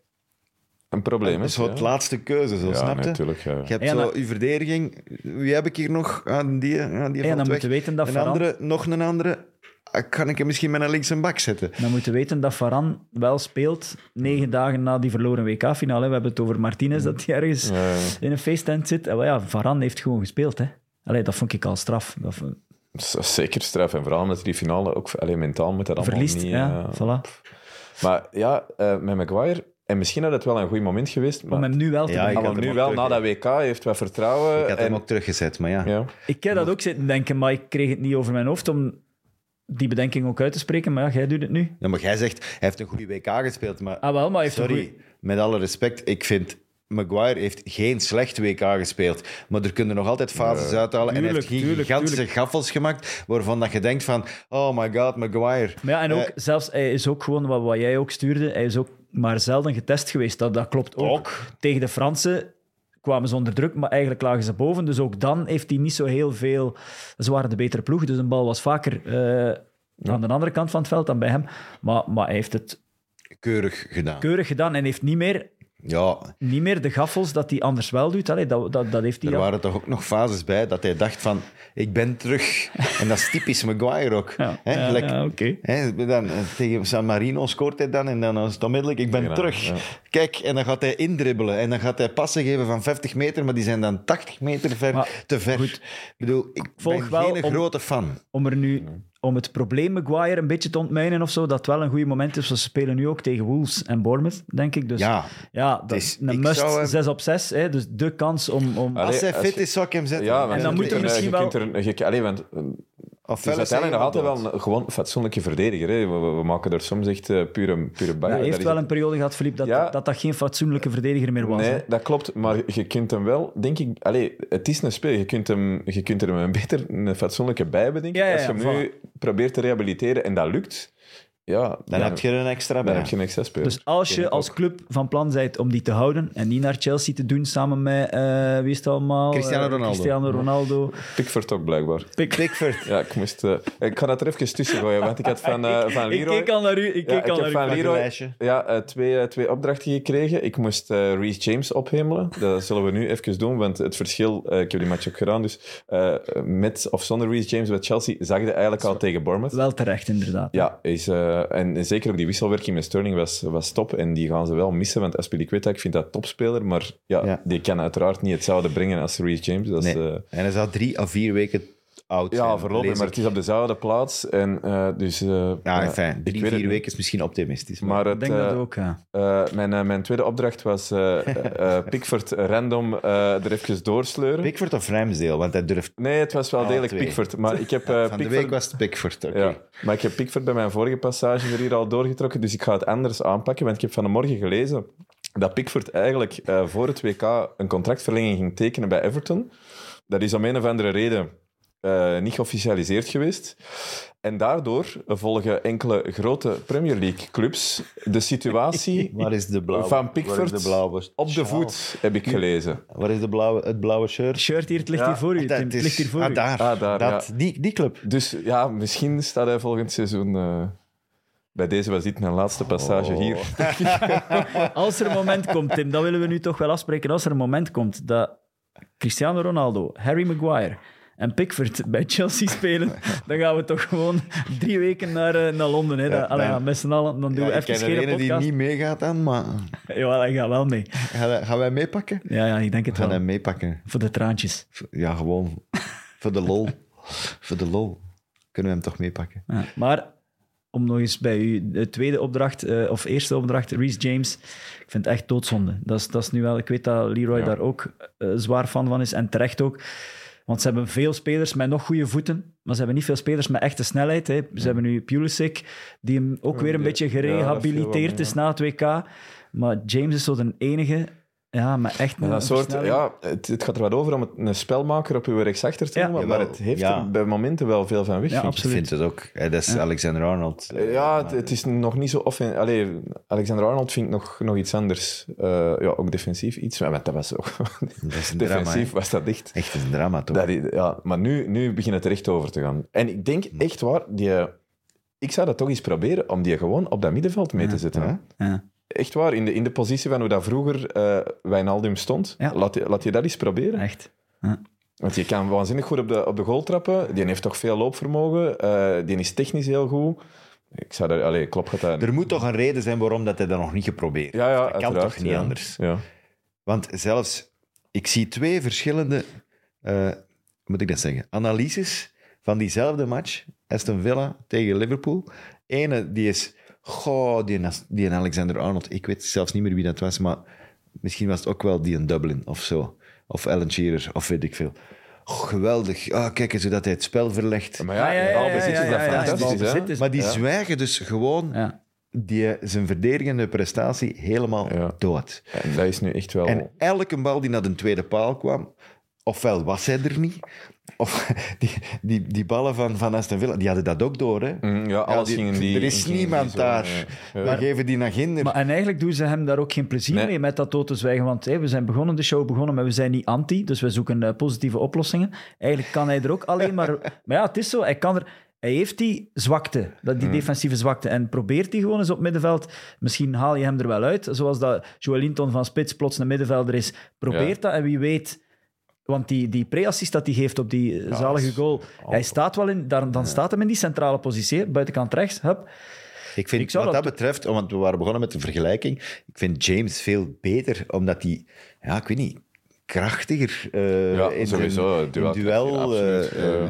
Een probleem is. Zo het ja. laatste keuze, zo, ja, snap je? Natuurlijk, ja. Je hebt ja, zo dan, je verdediging. Wie heb ik hier nog? Ah, die ah, die ja, dan weg. moet je weten dat een Varane... andere, nog een andere... Kan ik hem misschien met een links en back zetten? Dan moet je weten dat Varane wel speelt negen dagen na die verloren W K-finale. We hebben het over Martinez, dat hij ergens ja, ja. in een feesttent zit. En ja, Varane heeft gewoon gespeeld. Hè. Allee, dat vond ik al straf. Dat vond... Zeker straf. En vooral met die finale ook allee, mentaal met dat allemaal verliest, niet... ja, uh, voilà. Maar ja, uh, met Maguire... En misschien had het wel een goed moment geweest. Maar... Om hem nu wel te ja, brengen. Om hem nu wel, na dat W K, heeft wat vertrouwen. Ik had en... hem ook teruggezet, maar ja. ja. Ik heb dat ook zitten denken, maar ik kreeg het niet over mijn hoofd om die bedenking ook uit te spreken. Maar ja, jij doet het nu. Ja, maar jij zegt, hij heeft een goede W K gespeeld. Maar, ah, wel, maar heeft sorry, goeie... met alle respect, ik vind... Maguire heeft geen slecht W K gespeeld, maar er kunnen nog altijd fases uh, uithalen. Tuurlijk, en hij heeft tuurlijk, gigantische tuurlijk. gaffels gemaakt, waarvan dat je denkt van, oh my god, Maguire. Maar ja, en ook, uh, zelfs, hij is ook gewoon, wat, wat jij ook stuurde, hij is ook maar zelden getest geweest. Dat, dat klopt ook. ook. Tegen de Fransen kwamen ze onder druk, maar eigenlijk lagen ze boven. Dus ook dan heeft hij niet zo heel veel... Ze waren de betere ploeg, dus een bal was vaker uh, ja. aan de andere kant van het veld dan bij hem. Maar, maar hij heeft het... Keurig gedaan. Keurig gedaan en heeft niet meer... Ja. Niet meer de gaffels dat hij anders wel doet. Allee, dat, dat, dat heeft hij er al. waren toch ook nog fases bij dat hij dacht van, ik ben terug. En dat is typisch Maguire ook. Ja, He, ja, like, ja oké. Okay. Dan, tegen San Marino scoort hij dan en dan is het onmiddellijk, ik ben ja, terug. Ja. Kijk, en dan gaat hij indribbelen en dan gaat hij passen geven van vijftig meter, maar die zijn dan tachtig meter ver, maar, te ver. Goed. Ik bedoel, ik Volg ben wel geen om, grote fan. Om er nu... Om het probleem Maguire een beetje te ontmijnen of zo, dat het wel een goed moment is. Ze spelen nu ook tegen Wolves en Bournemouth, denk ik. Dus ja, ja dat is een must hem... zes op zes. Hè, dus de kans om... om... Allee, als hij fit is, zou ik hem zetten. Ja, en dan moet er misschien wel... Er, je, allee, want, het is uiteindelijk nog altijd wel een gewoon fatsoenlijke verdediger. Hè. We, we maken er soms echt uh, pure, pure bij. Ja, hij heeft dat wel is... een periode gehad, Philippe, dat, ja, dat dat geen fatsoenlijke verdediger meer was. Nee, hè. dat klopt. Maar je kunt hem wel, denk ik... Allee, het is een speler. Je kunt, hem, je kunt er een beter een fatsoenlijke bij bedenken. Ja, ja, ja, als je hem voilà. nu probeert te rehabiliteren en dat lukt... Ja, dan dan heb je een extra bij. Dan heb je een extra speler. Dus als je als club van plan bent om die te houden en niet naar Chelsea te doen samen met, uh, wie is het allemaal? Cristiano Ronaldo. Uh, Cristiano Ronaldo. Pickford ook, blijkbaar. Pick- Pickford. Ja, ik moest... Uh, ik ga dat er even tussen gooien, want ik had van, uh, van Leroy... Ik keek al naar u. Ik, ja, keek al ik heb naar van u. Leroy ja, uh, twee, uh, twee opdrachten gekregen. Ik moest uh, Reece James ophemelen. Dat zullen we nu even doen, want het verschil... Uh, ik heb die match ook gedaan, dus uh, met of zonder Reece James bij Chelsea zag je eigenlijk al tegen Bournemouth. Wel terecht, inderdaad. Ja, is, uh, en zeker ook die wisselwerking met Sterling was, was top. En die gaan ze wel missen, want Azpilicueta, ik vind dat topspeler, maar ja, ja. die kan uiteraard niet hetzelfde brengen als Reece James. Dat is, nee. uh... En hij zou drie à vier weken oud zijn. Ja, voorlopig, maar het is op dezelfde plaats. En, uh, dus, uh, ja, enfin, drie, vier weken is misschien optimistisch. Maar, maar het, ik denk uh, dat ook, ja. Uh, mijn, uh, mijn tweede opdracht was uh, uh, Pickford random uh, er even doorsleuren. Pickford of Ramsdale? Want hij durft... Nee, het was wel oh, degelijk twee. Pickford. Maar ik heb, uh, Van Pickford... de week was het Pickford, oké. Okay. Ja, maar ik heb Pickford bij mijn vorige passage er hier al doorgetrokken, dus ik ga het anders aanpakken, want ik heb vanmorgen gelezen dat Pickford eigenlijk uh, voor het W K een contractverlenging ging tekenen bij Everton. Dat is om een of andere reden uh, niet geofficialiseerd geweest. En daardoor volgen enkele grote Premier League clubs de situatie Waar is de blauwe, van Pickford de blauwe op de voet, heb ik gelezen. Waar is de blauwe, het blauwe shirt? Het shirt hier, het ligt ja. hier voor u. Dat Het is, ligt hier voor ah, u. daar. Ah, daar dat, ja. die, die club. Dus ja, misschien staat hij volgend seizoen... Uh, bij deze was dit mijn laatste passage oh. hier. Als er een moment komt, Tim, dat willen we nu toch wel afspreken. Als er een moment komt dat Cristiano Ronaldo, Harry Maguire en Pickford bij Chelsea spelen, dan gaan we toch gewoon drie weken naar, uh, naar Londen. Hè. Dat, ja, allee, ja, met z'n allen, dan doen ja, we even geen podcast. Ik ken er die niet meegaat dan, maar... Ja, hij gaat wel mee. Gaan, gaan wij meepakken? Ja, ja, ik denk het we gaan wel. hem meepakken. Voor de traantjes. Ja, gewoon. Voor de lol. Voor de lol. Kunnen we hem toch meepakken. Ja, maar... Om nog eens bij u, de tweede opdracht, uh, of eerste opdracht, Reece James. Ik vind het echt doodzonde. Dat is, dat is nu wel, ik weet dat Leroy ja. daar ook uh, zwaar fan van is, en terecht ook. Want ze hebben veel spelers met nog goede voeten, maar ze hebben niet veel spelers met echte snelheid. Hè. Ze ja. hebben nu Pulisic, die hem ook weer een ja, beetje gerehabiliteerd ja, is na het W K. Maar James is zo de enige... Ja, maar echt een, een soort, ja, het, het gaat er wat over om het een spelmaker op uw rechtsachter te noemen, ja, maar het heeft ja. er bij momenten wel veel van weg. Ja, ik vind het ook. Ja, dat is ja. Alexander-Arnold. Ja, het, het is nog niet zo... Offen... Allee, Alexander-Arnold vind ik nog, nog iets anders. Uh, ja, ook defensief iets. Maar dat was ook... Dat is een defensief drama, was dat echt... Echt een drama, toch? Dat, ja, maar nu, nu begint het er echt over te gaan. En ik denk echt waar, die, ik zou dat toch eens proberen om die gewoon op dat middenveld mee te zetten. Ja. Ja. Echt waar, in de, in de positie van hoe dat vroeger uh, Wijnaldum stond. Ja. Laat, je, laat je dat eens proberen. Echt. Ja. Want je kan waanzinnig goed op de, op de goal trappen. Die heeft toch veel loopvermogen. Uh, die is technisch heel goed. Ik zou daar... Allee, klopt dat... Er moet toch een reden zijn waarom dat hij dat nog niet geprobeerd heeft. Ja, ja, dat kan toch niet ja. anders. Ja. Want zelfs... Ik zie twee verschillende... Uh, hoe moet ik dat zeggen? Analyses van diezelfde match. Aston Villa tegen Liverpool. Ene, die is... Goh, die, die Alexander-Arnold, ik weet zelfs niet meer wie dat was, maar misschien was het ook wel die in Dublin of zo. Of Alan Shearer, of weet ik veel. Oh, geweldig. Ah, kijk eens hoe dat hij het spel verlegt. Maar ja, ja, ja, ja, balbezit is dat fantastisch. Ja. Maar die zwijgen dus gewoon ja. die, zijn verdedigende prestatie helemaal ja. dood. En dat is nu echt wel... En elke bal die naar de tweede paal kwam, ofwel was hij er niet... Of die, die, die ballen van, van Aston Villa, die hadden dat ook door. Hè? Mm, ja, alles ja, die, gingen die... Er is niemand die daar. Zo, ja. Ja. Dan geven die naar Ginder. Maar, en eigenlijk doen ze hem daar ook geen plezier nee. mee met dat dood te zwijgen. Want hey, we zijn begonnen, de show begonnen, maar we zijn niet anti. Dus we zoeken uh, positieve oplossingen. Eigenlijk kan hij er ook alleen maar... Maar ja, het is zo. Hij, kan er, hij heeft die zwakte, die mm. defensieve zwakte. En probeert die gewoon eens op middenveld. Misschien haal je hem er wel uit. Zoals dat Joelinton van Spits plots een middenvelder is. Probeert ja. dat en wie weet... Want die, die pre-assist dat hij geeft op die ja, zalige goal, hij staat wel in, dan, dan ja. staat hem in die centrale positie, buitenkant rechts. Hup. Ik vind, ik wat dat, dat betreft, want we waren begonnen met de vergelijking, ik vind James veel beter, omdat hij, ja, ik weet niet, krachtiger uh, ja, in sowieso, een duel. duel ja, uh, uh,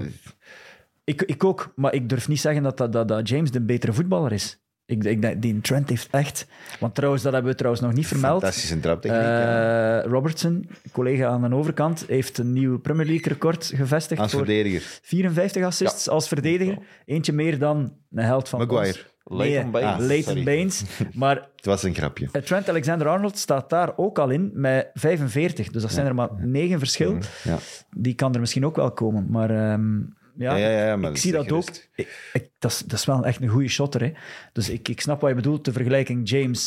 ik, ik ook, maar ik durf niet zeggen dat, dat, dat James de betere voetballer is. Ik, ik, die Trent heeft echt... Want trouwens, dat hebben we trouwens nog niet vermeld. Fantastische traptechniek. Uh, ja. Robertson, collega aan de overkant, heeft een nieuw Premier League-record gevestigd. Als verdediger. vierenvijftig assists ja. als verdediger. Eentje meer dan een held van Maguire. Ons. Leighton Baines. Ah, Leighton Baines. Maar het was een grapje. Trent Alexander-Arnold staat daar ook al in met vijfenveertig. Dus dat zijn ja. er maar negen verschil. Ja. Die kan er misschien ook wel komen. Maar... Um, Ja, ja, ja, ja, maar ik zie dat ook. Ik, ik, dat is, dat is wel echt een goede shotter. Hè. Dus ik, ik snap wat je bedoelt, de vergelijking James,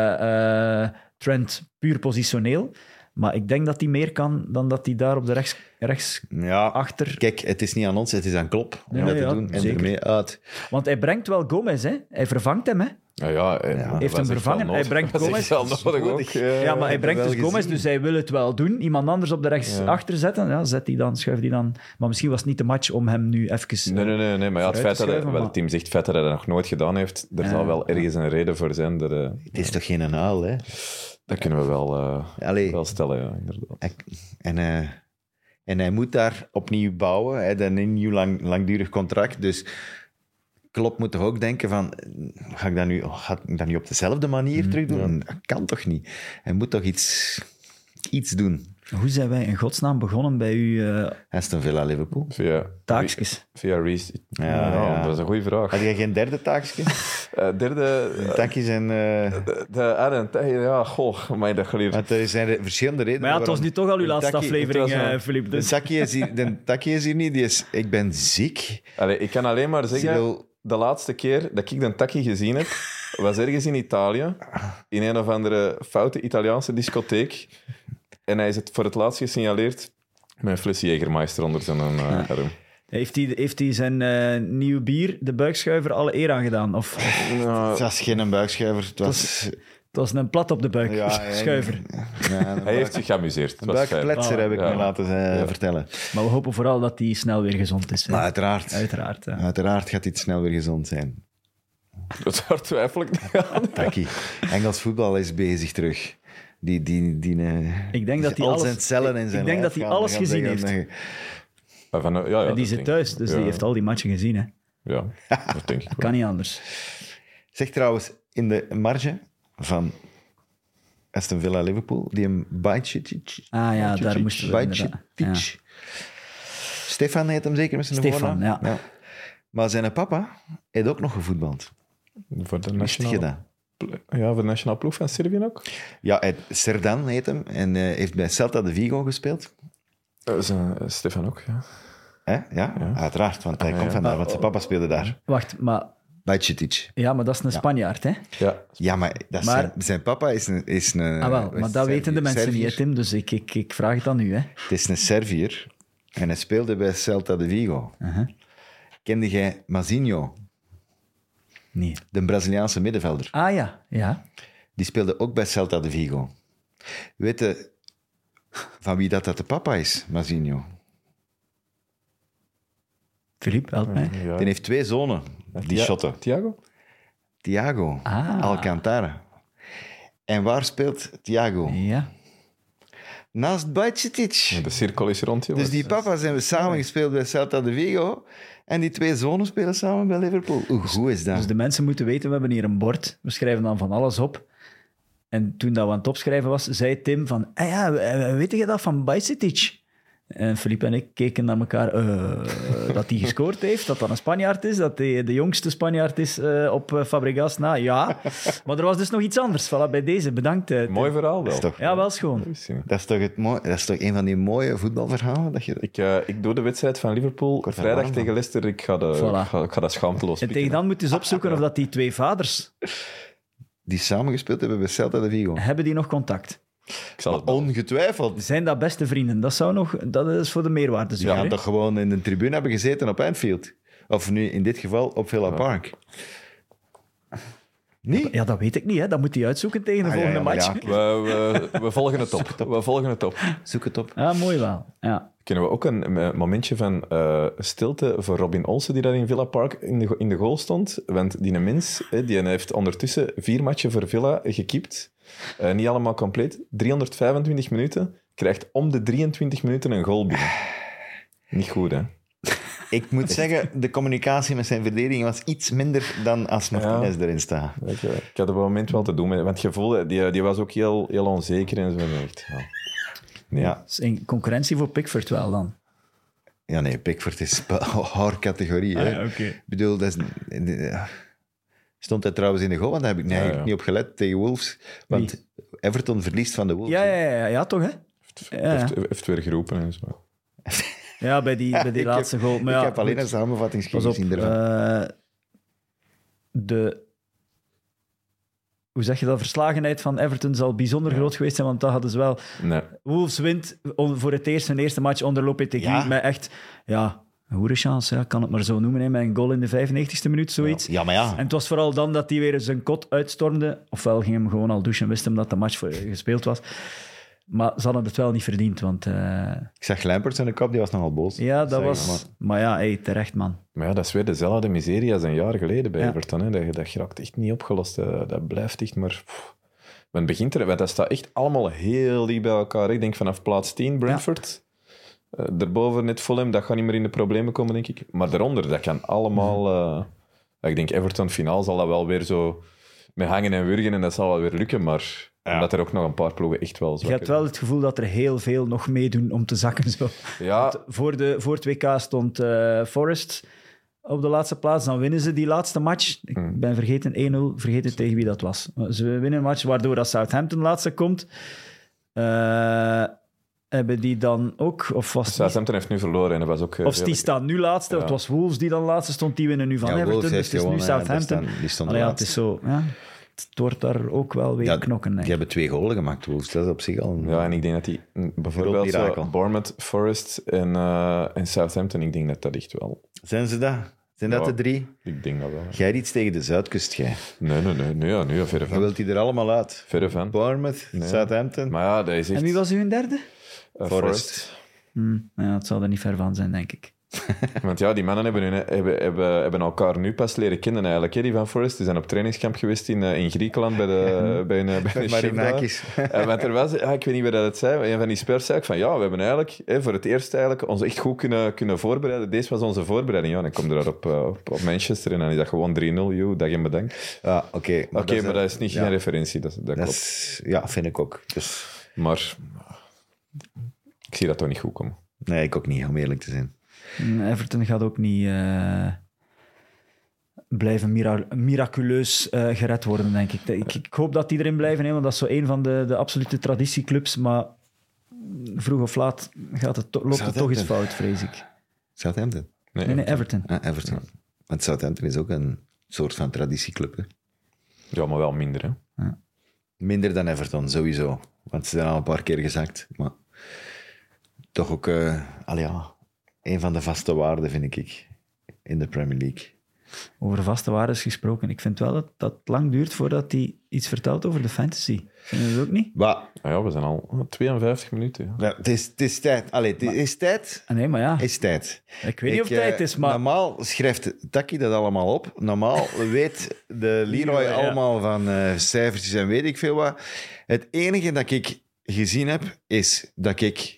uh, uh, Trent, puur positioneel. Maar ik denk dat hij meer kan dan dat hij daar op de rechts, rechts ja, achter... Kijk, het is niet aan ons, het is aan Klopp om ja, dat te ja, doen en zeker. ermee uit. Want hij brengt wel Gomez, hè. Hij vervangt hem, hè. Ja, ja, hij ja, heeft hem vervangen. Hij brengt Gomez. Ook, ja, ja, maar hij brengt dus Gomez, gezien. Dus hij wil het wel doen. Iemand anders op de rechts ja. achter zetten. Ja, zet die dan, schuift die dan. Maar misschien was het niet de match om hem nu even... Nee, nee, nee. nee maar ja, het feit dat hij, wat het team zegt, het feit dat hij dat nog nooit gedaan heeft, er ja, zal wel ergens een reden voor zijn. Dat, uh, het is ja. toch geen haal, hè? Dat kunnen we wel, uh, Allee, wel stellen, ja, inderdaad. En, uh, en hij moet daar opnieuw bouwen. Hij heeft een nieuw lang, langdurig contract, dus... Klopp moet toch ook denken van, ga ik dat nu, ga ik dat nu op dezelfde manier terug doen? Ja. Dat kan toch niet? Hij moet toch iets, iets doen. Hoe zijn wij in godsnaam begonnen bij u? Uh... Aston Villa, Liverpool. Via taakjes. Via Reece. Ja, ja, ja, dat is een goede vraag. Had jij geen derde taakje? uh, derde... Uh, takjes en... Uh... De, de, ah, de, ja, goh, maar dat geleerd. Want er zijn verschillende redenen. Maar ja, het was nu toch al uw laatste takkie, aflevering, uh, Philippe. Dus. De takje is hier, de takje is hier niet, die is... Ik ben ziek. Allee, ik kan alleen maar zeggen... Zero... De laatste keer dat ik de takkie gezien heb, was ergens in Italië, in een of andere foute Italiaanse discotheek. En hij is het voor het laatst gesignaleerd met een fles Jägermeister onder zijn uh, ja. arm. Heeft hij, heeft hij zijn uh, nieuw bier, de buikschuiver, alle eer aangedaan? Of, of... Nou, het was geen buikschuiver. Het was... Het was een plat op de buik, ja, schuiver. Ja, ja, hij heeft zich geamuseerd. Een buikpletser, oh, heb ik ja. me laten uh, ja. vertellen. Maar we hopen vooral dat hij snel weer gezond is. Maar uiteraard. Uiteraard, ja. uiteraard gaat hij snel weer gezond zijn. Daar twijfel ik niet aan. Takkie. Engels voetbal is bezig terug. Die, die, die, uh, ik denk dat hij al alles, zijn cellen in zijn Ik denk dat hij alles gezien heeft. Je... Van, ja, ja, en die zit thuis, dus ja. die heeft al die matchen gezien. Hè. Ja, dat denk ik wel. Kan niet anders. Zeg trouwens, in de marge van Aston Villa Liverpool, die een Bajcetic. Ah ja, daar moesten we Bajcetic. Ja. Stefan heet hem zeker met zijn Stefan, ja. ja. Maar zijn papa heeft ook nog gevoetbald. Voor de nationale... Ja, voor de nationale ploeg van Servië ook. Ja, hij, Serdan heet hem en uh, heeft bij Celta de Vigo gespeeld. Uh, zijn, uh, Stefan ook, ja. Eh? Ja, ja, uiteraard, want hij ah, komt ja. vandaar, want zijn papa speelde daar. Wacht, maar... Bajcetic. Ja, maar dat is een ja. Spanjaard, hè? Ja, ja maar, dat maar... Zijn, zijn papa is een... Is een ah, wel, maar dat weten de mensen Serviër. Niet, Tim, dus ik, ik, ik vraag het aan u, hè. Het is een Serviër en hij speelde bij Celta de Vigo. Uh-huh. Kende jij Mazinho? Nee. De Braziliaanse middenvelder. Ah ja, ja. Die speelde ook bij Celta de Vigo. Weet je van wie dat, dat de papa is, Mazinho? Philippe, help mij. Ja. Die heeft twee zonen, die Thia- shotten. Thiago? Thiago ah. Alcantara. En waar speelt Thiago? Ja. Naast Bajcetic. Ja, de cirkel is rond, jongens. Dus die papa's hebben samen gespeeld bij Celta de Vigo. En die twee zonen spelen samen bij Liverpool. Hoe goed is dat? Dus de mensen moeten weten, we hebben hier een bord. We schrijven dan van alles op. En toen dat we aan het opschrijven was, zei Tim van... Ah ja, weet je dat van Bajcetic? En Philippe en ik keken naar elkaar. Uh, dat hij gescoord heeft, dat dat een Spanjaard is, dat hij de jongste Spanjaard is uh, op Fabregas na. Ja, maar er was dus nog iets anders. Voilà, bij deze, bedankt. Uh, Mooi verhaal wel. Toch, ja, wel schoon. Dat is toch, het mooi, dat is toch een van die mooie voetbalverhalen? Dat je... ik, uh, ik doe de wedstrijd van Liverpool Kort vrijdag tegen Leicester. Ik ga, de, voilà. ik ga, ik ga dat schaamteloos En tegen dan moet je eens opzoeken of dat die twee vaders... die samengespeeld hebben bij Celta de Vigo. Hebben die nog contact? Ik zal het ongetwijfeld. Zijn dat beste vrienden? Dat, zou nog, dat is voor de meerwaarde. Ze gaan toch gewoon in de tribune hebben gezeten op Anfield? Of nu in dit geval op Villa Park? Niet? Ja, dat weet ik niet. Hè. Dat moet hij uitzoeken tegen de ah, volgende ja, ja, match. Ja. We, we, we volgen het op. We volgen het op. Zoek het op. Ah, mooi wel. Ja. Kunnen we ook een momentje van uh, stilte voor Robin Olsen, die daar in Villa Park in de, in de goal stond? Want die mens, die heeft ondertussen vier matchen voor Villa gekiept. Uh, niet allemaal compleet. driehonderdvijfentwintig minuten. Krijgt om de drieëntwintig minuten een goal binnen. Niet goed, hè? Ik moet zeggen, de communicatie met zijn verdediging was iets minder dan als Martinez ja, erin staat. Ik, ik had op het moment wel te doen met, want je voelde, die, die was ook heel, heel onzeker en zo. Echt, ja. Nee. Ja. Dat is een concurrentie voor Pickford wel dan. Ja, nee, Pickford is haar categorie. Ah, hè. ja, okay. Ik bedoel, dat is... Stond hij trouwens in de goal? Want daar heb ik nee, ja, ja. niet op gelet tegen Wolves. Want Wie? Everton verliest van de Wolves. Ja, ja, ja, ja toch, hè? Heeft, ja, ja. heeft, heeft weer geroepen en zo. Ja, bij die, bij die laatste heb, goal. Maar ik ja, heb alleen goed. een samenvatting gezien ervan. Uh, de... Hoe zeg je dat? Verslagenheid van Everton zal bijzonder ja. groot geweest zijn, want dat hadden ze wel... Nee. Wolves wint voor het eerst hun eerste match onder Lopetegui ja. met echt... Ja, een goede chance, ja, kan het maar zo noemen, hè, met een goal in de vijfennegentigste minuut, zoiets. Ja, ja, maar ja. En het was vooral dan dat hij weer zijn kot uitstormde. Ofwel ging hem gewoon al douchen, wist hem dat de match gespeeld was. Maar ze hadden het wel niet verdiend, want... Uh... Ik zag Lampert in de kop, die was nogal boos. Ja, dat was... Maar, maar ja, hey, terecht, man. Maar ja, dat is weer dezelfde miserie als een jaar geleden bij ja. Everton. Hè. Dat, dat raakt echt niet opgelost. Dat, dat blijft echt maar... Pff. Men begint er... Want dat staat echt allemaal heel dicht bij elkaar. Ik denk vanaf plaats tien, Brentford. Ja. Uh, daarboven net Fulham, dat gaat niet meer in de problemen komen, denk ik. Maar daaronder, dat kan allemaal... Uh... Ik denk Everton finaal zal dat wel weer zo... Met hangen en wurgen en dat zal wel weer lukken, maar... Ja. Omdat er ook nog een paar ploegen echt wel zwak. Je hebt wel het gevoel dat er heel veel nog meedoen om te zakken. Zo. Ja. Voor, de, voor het W K stond uh, Forest op de laatste plaats. Dan winnen ze die laatste match. Ik hmm. ben vergeten, één nul. Vergeten tegen wie dat was. Ze winnen een match waardoor dat Southampton laatste komt. Uh, hebben die dan ook... Of was Southampton heeft nu verloren en dat was ook... Of die staan nu laatste. Ja. Het was Wolves die dan laatste stond. Die winnen nu van ja, Everton. Dus het is nu Southampton. Ja, die stond Allee, ja, het is zo... Ja. Het wordt daar ook wel weer ja, knokken. Die hebben twee golen gemaakt, Wolves. Dat is op zich al een... Ja, en ik denk dat die... Bijvoorbeeld zo, Bournemouth, Forest en, uh, en Southampton, ik denk dat dat echt wel... Zijn ze dat? Zijn dat ja, de drie? Ik denk dat wel. Jij iets tegen de Zuidkust, jij? Nee, nee, nee. nee, ja, nee verre van. Je wilt die er allemaal uit? Verre van. Bournemouth, nee. Southampton. Maar ja, dat is echt... En wie was uw derde? Uh, Forest. Forest. Hmm, ja, het zal er niet ver van zijn, denk ik. Want ja, die mannen hebben, hun, hebben, hebben, hebben elkaar nu pas leren kennen eigenlijk. Hè, die van Forest. Die zijn op trainingskamp geweest in, in Griekenland bij de, bij een, bij een Marinakis. En want er was, ja, ik weet niet wie dat het zei, een van die spelers zei van ja, we hebben eigenlijk hè, voor het eerst eigenlijk ons echt goed kunnen, kunnen voorbereiden. Deze was onze voorbereiding. Ja, dan kom je daar op, op, op Manchester en dan is dat gewoon drie nul. Joh, dag en bedankt. Ja, oké. Okay, maar, okay, maar dat is niet ja. geen referentie. Dat, dat, dat klopt. Is, ja, vind ik ook. Dus... Maar ik zie dat toch niet goed komen. Nee, ik ook niet, om eerlijk te zijn. Everton gaat ook niet uh, blijven mira- miraculeus uh, gered worden, denk ik. ik. Ik hoop dat die erin blijven, hè, want dat is zo een van de, de absolute traditieclubs. Maar vroeg of laat gaat het to- loopt het toch eens fout, vrees ik. Southampton? Nee, nee, nee Everton. Ah, Everton. Ja. Want Southampton is ook een soort van traditieclub. Hè? Ja, maar wel minder. Hè? Ja. Minder dan Everton, sowieso. Want ze zijn al een paar keer gezakt. Maar toch ook... Uh, allee, ja... Een van de vaste waarden, vind ik, in de Premier League. Over vaste waarden gesproken. Ik vind wel dat dat lang duurt voordat hij iets vertelt over de fantasy. Vind je dat ook niet? Ba. Ja, we zijn al tweeënvijftig minuten. Ja. Ja, het, is, het is tijd. Allee, het maar, is tijd. Nee, maar ja. is tijd. Ik weet niet of het tijd is, maar... Normaal schrijft Taki dat allemaal op. Normaal weet de Leroy ja, ja. allemaal van uh, cijfertjes en weet ik veel wat. Het enige dat ik gezien heb, is dat ik...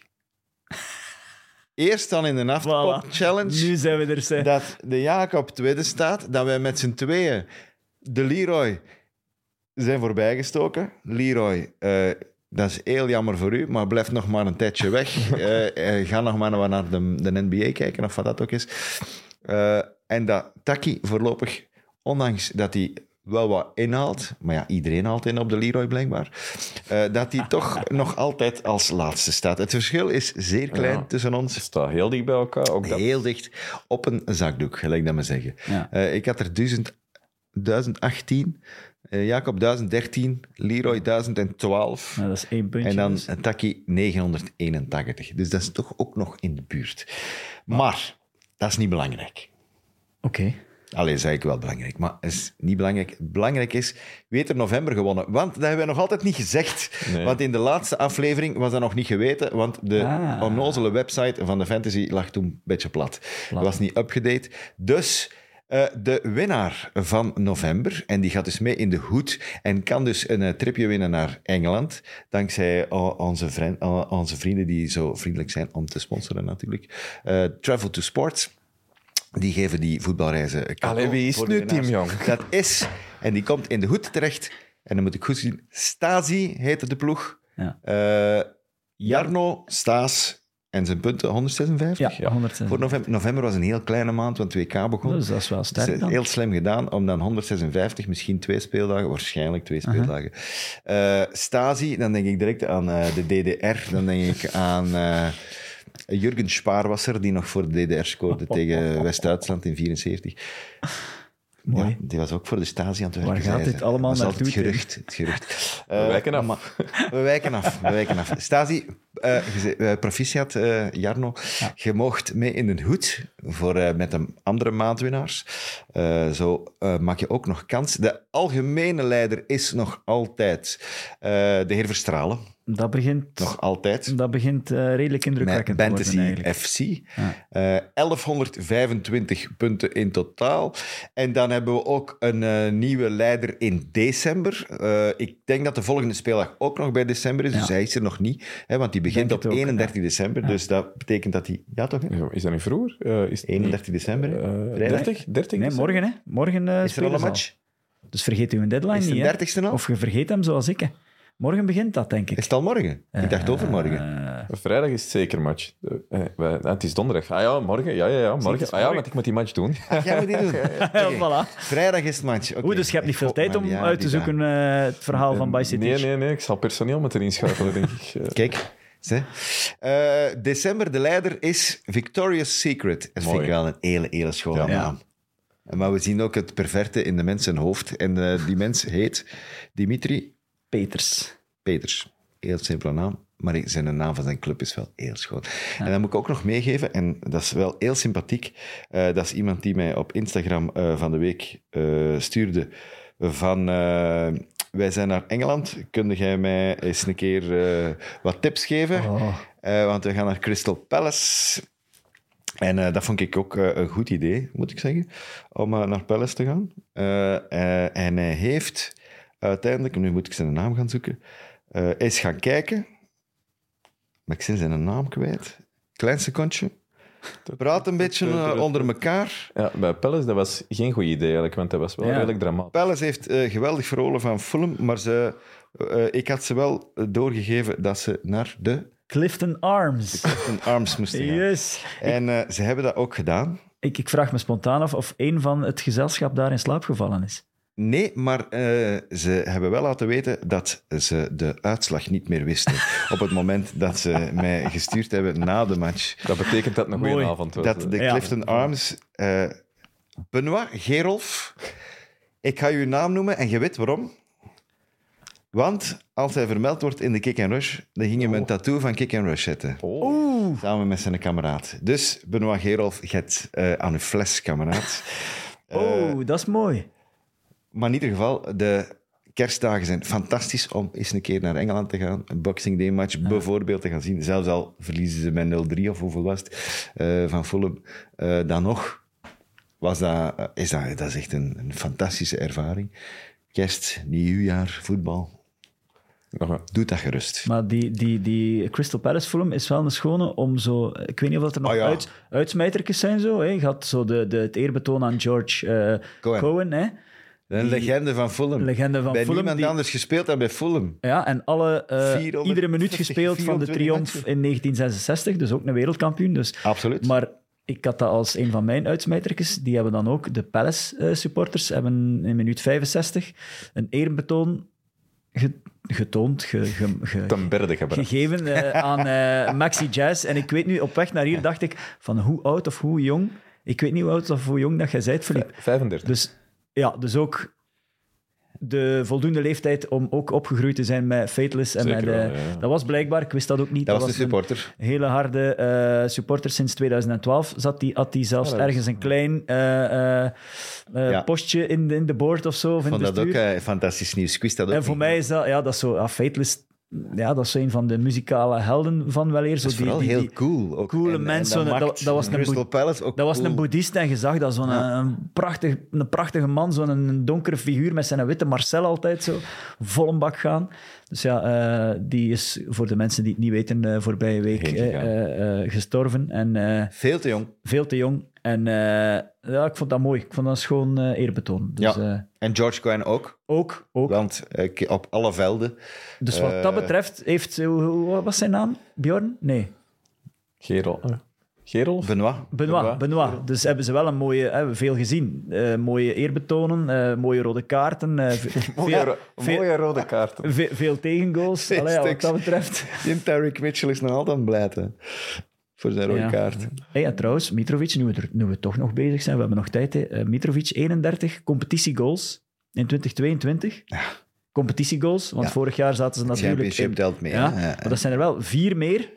Eerst dan in de Afterpop voilà. Challenge. Nu zijn we er, zeg. Dat de Jacob tweede staat. Dat wij met z'n tweeën de Leroy zijn voorbijgestoken. Leroy, uh, dat is heel jammer voor u, maar blijf nog maar een tijdje weg. uh, uh, ga nog maar naar de, de N B A kijken, of wat dat ook is. Uh, en dat Taki voorlopig, ondanks dat hij wel wat inhaalt, maar ja, iedereen haalt in op de Leroy blijkbaar, uh, dat hij toch nog altijd als laatste staat. Het verschil is zeer klein ja, tussen ons. Het staat heel dicht bij elkaar. Ook dat. Heel dicht op een zakdoek, gelijk dat me zeggen. Ja. Uh, ik had er duizend, duizend achttien, uh, Jacob duizend dertien, Leroy duizend twaalf. Ja, dat is één puntje. En dan dus. Taki negenhonderdeenentachtig. Dus dat is toch ook nog in de buurt. Maar, maar dat is niet belangrijk. Oké. Okay. Allee, zei ik wel belangrijk, maar het is niet belangrijk. Belangrijk is, wie heeft er november gewonnen? Want dat hebben we nog altijd niet gezegd. Nee. Want in de laatste aflevering was dat nog niet geweten, want de ah. onnozele website van de Fantasy lag toen een beetje plat. plat. was niet upgedate. Dus uh, de winnaar van november, en die gaat dus mee in de hoed en kan dus een uh, tripje winnen naar Engeland, dankzij uh, onze, vriend, uh, onze vrienden die zo vriendelijk zijn om te sponsoren natuurlijk. Uh, Travel to Sports. Die geven die voetbalreizen cadeau. Allee, wie is nu Team Jong? Dat is, en die komt in de hoed terecht. En dan moet ik goed zien. Stasi heette de ploeg. Ja. Uh, Jarno, Staes en zijn punten honderdzesenvijftig. Ja, honderdzesenvijftig. Voor november, november was een heel kleine maand, want W K begon. Dus dat is wel sterk dus dan. Heel slim gedaan om dan honderdzesenvijftig, misschien twee speeldagen, waarschijnlijk twee speeldagen. Uh-huh. Uh, Stasi, dan denk ik direct aan uh, de D D R. Dan denk ik aan... Uh, Jurgen Spaar was er, die nog voor de D D R scoorde tegen West-Duitsland in vierenzeventig. Mooi. Ja, die was ook voor de Stasi aan het werken. Waar gaat dit allemaal naartoe? Het gerucht. Het gerucht. Uh, we wijken af. Maar, we wijken af. We wijken af. Stasi, uh, uh, proficiat, uh, Jarno. Ja. Je mocht mee in een hoed voor, uh, met de andere maandwinnaars. Uh, zo uh, maak je ook nog kans. De algemene leider is nog altijd uh, de heer Verstralen. Dat begint, nog altijd. Dat begint uh, redelijk indrukwekkend te worden. Fantasy F C. Ja. Uh, elfhonderdvijfentwintig punten in totaal. En dan hebben we ook een uh, nieuwe leider in december. Uh, ik denk dat de volgende speeldag ook nog bij december is. Ja. Dus hij is er nog niet. Hè, want die begint op ook, eenendertig december. Ja. Dus dat betekent dat hij... Ja, toch? Hè? Is dat niet vroeger? Uh, is eenendertig december. Uh, dertig? dertig? Nee, morgen. Hè. Morgen uh, is er al een match? Al. Dus vergeet uw deadline niet. Is het de dertigste al? Of je vergeet hem zoals ik. Hè. Morgen begint dat, denk ik. Is het al morgen? Uh, ik dacht overmorgen. Uh, Vrijdag is het zeker match. Uh, uh, het is donderdag. Ah ja, morgen. Ja, ja, ja, morgen. Ah ja, want ik moet die match doen. Ach, jij moet die doen? Okay. Voilà. Vrijdag is het match. Okay. Oeh, dus je hebt niet veel tijd om ja, uit te zoeken uh, het verhaal uh, van Bay City. Nee, nee, nee. Ik zal personeel moeten inschuifelen, denk ik. Uh. Kijk. Uh, december, de leider is Victoria's Secret. Dat vind ik wel een hele, hele schone ja, naam. Ja. Maar we zien ook het perverte in de mensen hoofd. En uh, die mens heet Dimitri... Peters. Peters. Heel simpele naam, maar zijn naam van zijn club is wel heel schoon. Ja. En dan moet ik ook nog meegeven, en dat is wel heel sympathiek, uh, dat is iemand die mij op Instagram uh, van de week uh, stuurde van... Uh, wij zijn naar Engeland. Kun jij mij eens een keer uh, wat tips geven? Oh. Uh, want we gaan naar Crystal Palace. En uh, dat vond ik ook uh, een goed idee, moet ik zeggen, om uh, naar Palace te gaan. Uh, uh, en hij heeft... Uiteindelijk, nu moet ik zijn naam gaan zoeken, uh, is gaan kijken. Maar ik ben zijn naam kwijt. Klein secondje. Praat een beetje uh, onder elkaar. Ja, bij Palace, dat was geen goed idee eigenlijk, want dat was wel ja. redelijk dramatisch. Palace heeft uh, geweldig verloren van Fulham, maar ze, uh, ik had ze wel doorgegeven dat ze naar de... Clifton Arms. De Clifton Arms moesten gaan. Yes. En uh, ze hebben dat ook gedaan. Ik, ik vraag me spontaan af of een van het gezelschap daar in slaap gevallen is. Nee, maar uh, ze hebben wel laten weten dat ze de uitslag niet meer wisten op het moment dat ze mij gestuurd hebben na de match. Dat betekent dat het een goede avond was. Dat de Clifton ja. Arms... Uh, Benoit Gerolf, ik ga je naam noemen en je weet waarom. Want als hij vermeld wordt in de Kick and Rush, dan ging hij oh. een tattoo van Kick and Rush zetten. Oh. Samen met zijn kameraad. Dus Benoit Gerolf, je hebt uh, aan uw fles, kameraad. Oh, uh, dat is mooi. Maar in ieder geval, de kerstdagen zijn fantastisch om eens een keer naar Engeland te gaan. Een Boxing Day match ja. bijvoorbeeld te gaan zien. Zelfs al verliezen ze met nul drie of hoeveel was het, uh, van Fulham. Uh, dan nog was dat, uh, is dat, dat is echt een, een fantastische ervaring. Kerst, nieuwjaar, voetbal. Doe dat gerust. Maar die, die, die Crystal Palace Fulham is wel een schone om zo... Ik weet niet of er nog oh, ja. uit, uitsmijtertjes zijn zo. Hè. Je had zo de, de, het eerbetoon aan George uh, Cohen. Cohen hè. Een die, legende van Fulham. Legende van bij Fulham, niemand die, anders gespeeld dan bij Fulham. Ja, en alle, uh, iedere minuut gespeeld van de triomf matchen. In negentien zesenzestig. Dus ook een wereldkampioen. Dus, absoluut. Maar ik had dat als een van mijn uitsmijtertjes. Die hebben dan ook, de Palace uh, supporters, hebben in minuut vijfenzestig een eerbetoon ge, getoond, ge, ge, ge, ten berde gegeven uh, aan uh, Maxi Jazz. En ik weet nu, op weg naar hier dacht ik van hoe oud of hoe jong... Ik weet niet hoe oud of hoe jong dat jij bent, Philippe. vijfendertig. Dus... Ja, dus ook de voldoende leeftijd om ook opgegroeid te zijn met Fateless. En met, uh, wel, ja. Dat was blijkbaar, ik wist dat ook niet. Dat, dat was de supporter. Een hele harde uh, supporter sinds twintig twaalf. Zat die, had hij zelfs ja, ergens een klein uh, uh, uh, ja. postje in de, in de board of zo. Ik vond dat ook uh, fantastisch nieuws. Ik wist dat ook en voor niet. mij is dat, ja, dat is zo, uh, Fateless... Ja, dat is een van de muzikale helden van weleer. Dat is vooral die, die, die heel cool. Ook. Coole mensen. Dat, dat, dat was, een, Crystal Palace ook dat was cool. een boeddhist en je zag dat zo'n ja. een, prachtig, een prachtige man, zo'n donkere figuur met zijn witte Marcel altijd zo vol een bak gaan. Dus ja, uh, die is voor de mensen die het niet weten uh, voorbije week uh, uh, uh, gestorven. En, uh, veel te jong. Veel te jong. En uh, ja, ik vond dat mooi. Ik vond dat schoon uh, eerbetoon. Dus, ja. uh, en George Cohen ook. Ook, ook. Want uh, op alle velden. Dus wat uh, dat betreft, heeft... Hoe, wat was zijn naam? Bjorn? Nee. Gerol. Gerolf? Benoit. Benoit, Benoit. Benoit. Dus hebben ze wel een mooie... Hebben we veel gezien. Uh, mooie eerbetonen, uh, mooie rode kaarten. Uh, mooie, ro- veel, mooie rode kaarten. Ve- veel tegengoals. Allee, ja, wat dat betreft. Die Tyreek Mitchell is nog altijd blij. voor zijn rode ja. kaart. Hey, en trouwens, Mitrovic, nu we, er, nu we toch nog bezig zijn, we hebben nog tijd. Hè. Uh, Mitrovic, eenendertig competitiegoals in twintig tweeëntwintig. Ja. Competitiegoals, want ja. vorig jaar zaten ze natuurlijk... Championship in, telt mee. Ja, ja, ja. Maar dat zijn er wel vier meer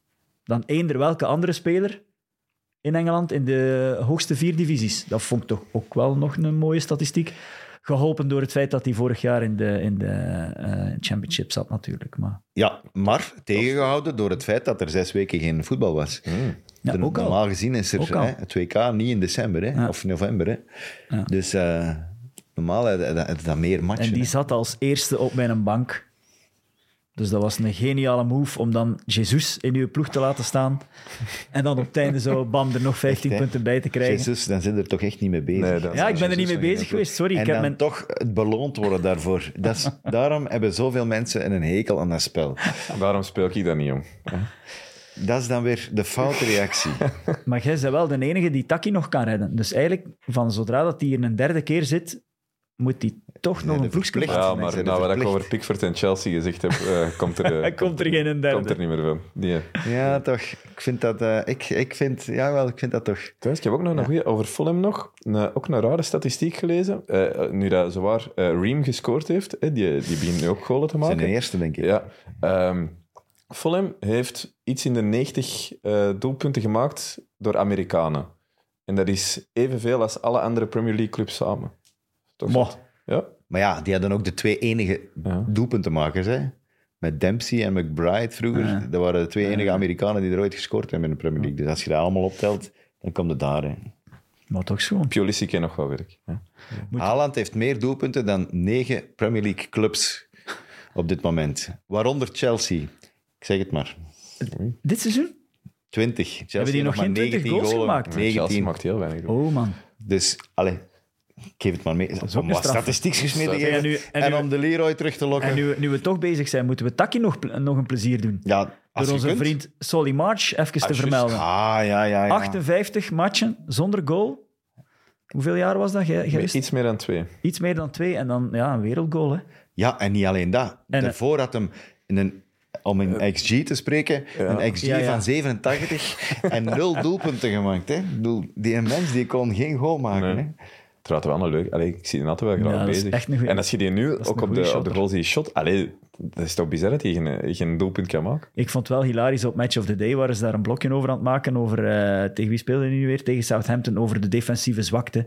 dan eender welke andere speler in Engeland in de hoogste vier divisies. Dat vond ik toch ook wel nog een mooie statistiek. Geholpen door het feit dat hij vorig jaar in de, in de uh, championship zat natuurlijk. Maar... Ja, maar tegengehouden door het feit dat er zes weken geen voetbal was. Mm. Ja, de, ook al. Normaal gezien is er hè, het W K niet in december hè, ja. of november. Hè. Ja. Dus uh, normaal is dat, dat meer matchen. En die hè. zat als eerste op mijn bank. Dus dat was een geniale move om dan Jesus in uw ploeg te laten staan. En dan op het einde zo, bam, er nog vijftien echt, punten bij te krijgen. Jesus, dan zit er toch echt niet mee bezig. Nee, ja, ik ben er niet mee bezig geweest, sorry. En ik heb dan mijn... toch het beloond worden daarvoor. Dat is, daarom hebben zoveel mensen een hekel aan dat spel. Daarom speel ik dat niet om. Dat is dan weer de foute reactie. Maar jij bent wel de enige die Taki nog kan redden. Dus eigenlijk, van zodra dat hij hier een derde keer zit, moet hij toch nog een ploegje maken. Ja, maar nou, wat ik over Pickford en Chelsea gezegd heb, uh, komt er, uh, komt, komt er geen derde. Komt er niet meer van. Nee. Ja, toch. Ik vind dat... Uh, ik, ik vind... Jawel, ik vind dat toch... Trouwens, ik heb ook nog een goeie... Over Fulham nog. Een, ook een rare statistiek gelezen. Uh, nu dat zowaar uh, Ream gescoord heeft, uh, die, die begint nu ook goalen te maken. Zijn de eerste, denk ik. Ja. Um, Fulham heeft iets in de negentig uh, doelpunten gemaakt door Amerikanen. En dat is evenveel als alle andere Premier League clubs samen. Toch? Ja. Maar ja, die hadden ook de twee enige ja. doelpuntenmakers. Hè? Met Dempsey en McBride vroeger. Ja. Dat waren de twee enige ja. Amerikanen die er ooit gescoord hebben in de Premier League. Dus als je dat allemaal optelt, dan komt het daar. Hè. Maar toch schoon. Pulisic kan nog wel werk. Ja. Haaland heeft meer doelpunten dan negen Premier League clubs op dit moment. Waaronder Chelsea. Ik zeg het maar. Dit seizoen? twintig. Chelsea hebben die nog, nog geen twintig goals golen. gemaakt? negentien. Chelsea maakt heel weinig. Goals. Oh man. Dus, allee... Ik geef het maar mee. Om wat statistiek gesmeten geven. En, nu, en, en nu, om de Leroy terug te lokken. En nu, nu we toch bezig zijn, moeten we Taki nog, nog een plezier doen. Ja, door onze kunt. vriend Solly March even als te vermelden. Ah, ja, ja, ja. achtenvijftig matchen zonder goal. Hoeveel jaar was dat? Gij, gij Iets meer dan twee. Iets meer dan twee en dan ja, een wereldgoal. Hè. Ja, en niet alleen dat. En, Daarvoor had hem in een... Om in uh, X G te spreken, ja. een X G ja, ja. van zevenentachtig en nul doelpunten gemaakt. Hè. Die mens die kon geen goal maken. Nee. Hè. Trouwens, wel een leuk. Allee, ik zie die altijd wel graag ja, bezig. Goeie, en als je die nu ook op de, op de goal ziet shot, allee, dat is toch bizar dat hij geen, geen doelpunt kan maken. Ik vond het wel hilarisch op Match of the Day, waren ze daar een blokje over aan het maken, over, uh, tegen wie speelde hij nu weer? Tegen Southampton, over de defensieve zwakte.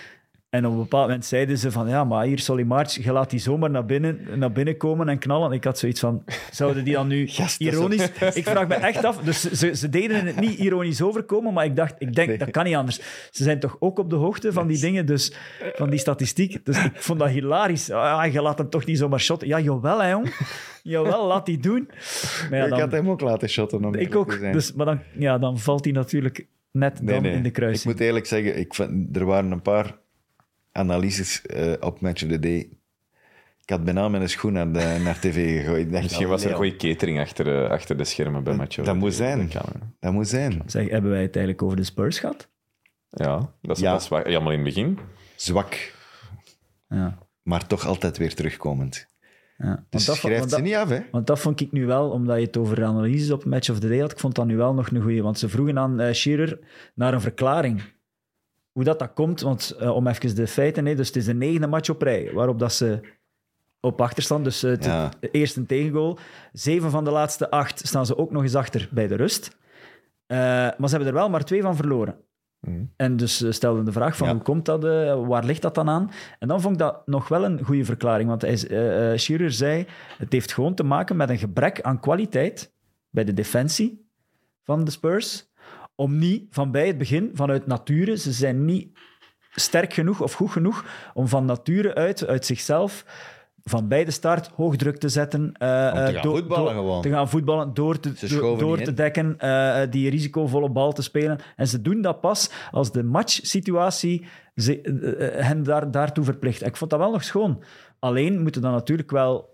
En op een bepaald moment zeiden ze van, ja, maar hier, Solly March, je laat die zomaar naar binnen, naar binnen komen en knallen. En ik had zoiets van, zouden die dan nu Gast, ironisch... Ik vraag me echt af, dus ze, ze deden het niet ironisch overkomen, maar ik dacht, ik denk, nee. dat kan niet anders. Ze zijn toch ook op de hoogte van die dingen, dus van die statistiek. Dus ik vond dat hilarisch. Ah, je laat hem toch niet zomaar shotten. Ja, jawel, hè, jong. Jawel, laat die doen. Maar ja, dan, ik had hem ook laten shotten. Om ik ook, dus, maar dan, ja, dan valt hij natuurlijk net nee, dan nee. in de kruising. Ik moet eerlijk zeggen, ik vond, er waren een paar... analyses uh, op Match of the Day. Ik had bijna mijn schoen naar, de, naar tv gegooid. Dacht, Misschien was er een goede catering achter, uh, achter de schermen bij Match of the Dat Day. moet zijn. Dat, dat moet zijn. Zeg, hebben wij het eigenlijk over de Spurs gehad? Ja, dat is, ja. dat is zwak. Jammer in het begin. Zwak. Ja. Maar toch altijd weer terugkomend. Ja. Dus dat schrijft ze dat, niet af, hè? Want dat vond ik nu wel, omdat je het over analyses op Match of the Day had, ik vond dat nu wel nog een goeie. Want ze vroegen aan uh, Shearer naar een verklaring. Hoe dat, dat komt, want uh, om even de feiten... Hè, dus het is de negende match op rij waarop dat ze op achterstand. Dus uh, het ja. eerst een tegengoal. Zeven van de laatste acht staan ze ook nog eens achter bij de rust. Uh, maar ze hebben er wel maar twee van verloren. Mm. En dus uh, stelden de vraag van ja. hoe komt dat, uh, waar ligt dat dan aan? En dan vond ik dat nog wel een goede verklaring. Want hij, uh, Shearer zei, het heeft gewoon te maken met een gebrek aan kwaliteit bij de defensie van de Spurs... om niet van bij het begin, vanuit nature, ze zijn niet sterk genoeg of goed genoeg om van nature uit, uit zichzelf, van bij de start hoog druk te zetten. Uh, te gaan do- voetballen do- gewoon. Te gaan voetballen, door te, do- door te dekken, uh, die risicovolle bal te spelen. En ze doen dat pas als de matchsituatie ze, uh, hen daar, daartoe verplicht. Ik vond dat wel nog schoon. Alleen moeten dan natuurlijk wel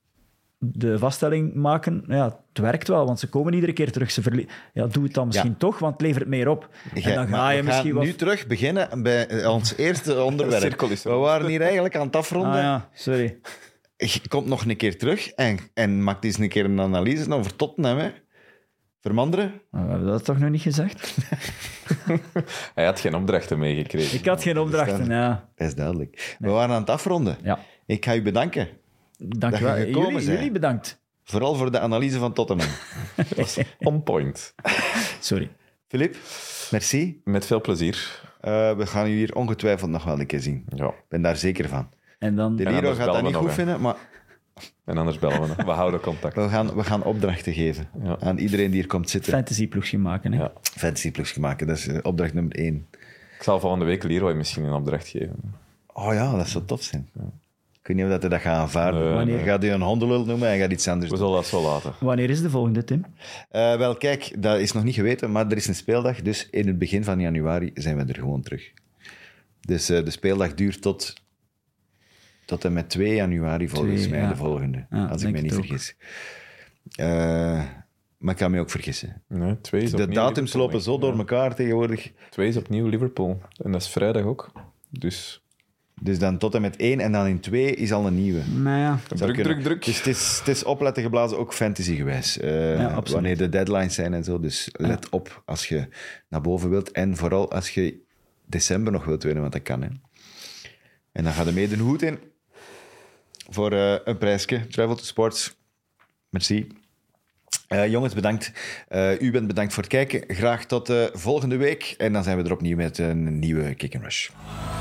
de vaststelling maken, ja, het werkt wel, want ze komen iedere keer terug. Ze verlie- ja, doe het dan misschien ja. toch, want het levert meer op. En ja, dan ga je we misschien gaan wat... nu terug beginnen bij ons eerste onderwerp. We waren hier eigenlijk aan het afronden. Ah ja, sorry. Je komt nog een keer terug en, en maakt eens een keer een analyse over Tottenham. Hè. Vermanderen? Maar we hebben dat toch nog niet gezegd? Hij had geen opdrachten meegekregen. Ik had geen opdrachten, ja. Dat is duidelijk. Nee. We waren aan het afronden. Ja. Ik ga u bedanken. Dank je wel. Jullie, jullie bedankt. Vooral voor de analyse van Tottenham. On point. Sorry. Filip, merci. Met veel plezier. Uh, we gaan u hier ongetwijfeld nog wel een keer zien. Ja. Ik ben daar zeker van. En dan... De Liro gaat dat niet goed vinden, maar... En anders bellen we nog. We houden contact. We gaan, we gaan opdrachten geven ja. aan iedereen die hier komt zitten. Fantasyploegje maken, hè? Ja. Fantasyploegje maken, dat is opdracht nummer één. Ik zal volgende week Leroy misschien een opdracht geven. Oh ja, dat zou tof zijn. Ja. Ik weet niet of hij dat gaat aanvaarden. Nee, Wanneer nee. Gaat hij een hondenlul noemen en gaat iets anders We doen. zullen dat zo laten. Wanneer is de volgende, Tim? Uh, wel, kijk, dat is nog niet geweten, maar er is een speeldag. Dus in het begin van januari zijn we er gewoon terug. Dus uh, de speeldag duurt tot... Tot en met twee januari volgens twee, mij, ja. de volgende. Ja, als ik me niet vergis. Uh, maar ik kan me ook vergissen. Nee, twee is de datums lopen denk. zo door elkaar tegenwoordig. Twee is opnieuw Liverpool. En dat is vrijdag ook. Dus... Dus dan tot en met één en dan in twee is al een nieuwe. Maar ja. Druk, druk, druk. Dus het is, het is opletten geblazen, ook fantasy-gewijs. Uh, ja, wanneer de deadlines zijn en zo. Dus let ja. op als je naar boven wilt. En vooral als je december nog wilt winnen, want dat kan. Hè. En dan gaat de meedoen goed in. Voor uh, een prijsje. Travel to Sports. Merci. Uh, jongens, bedankt. Uh, u bent bedankt voor het kijken. Graag tot uh, volgende week. En dan zijn we er opnieuw met een nieuwe Kick and Rush.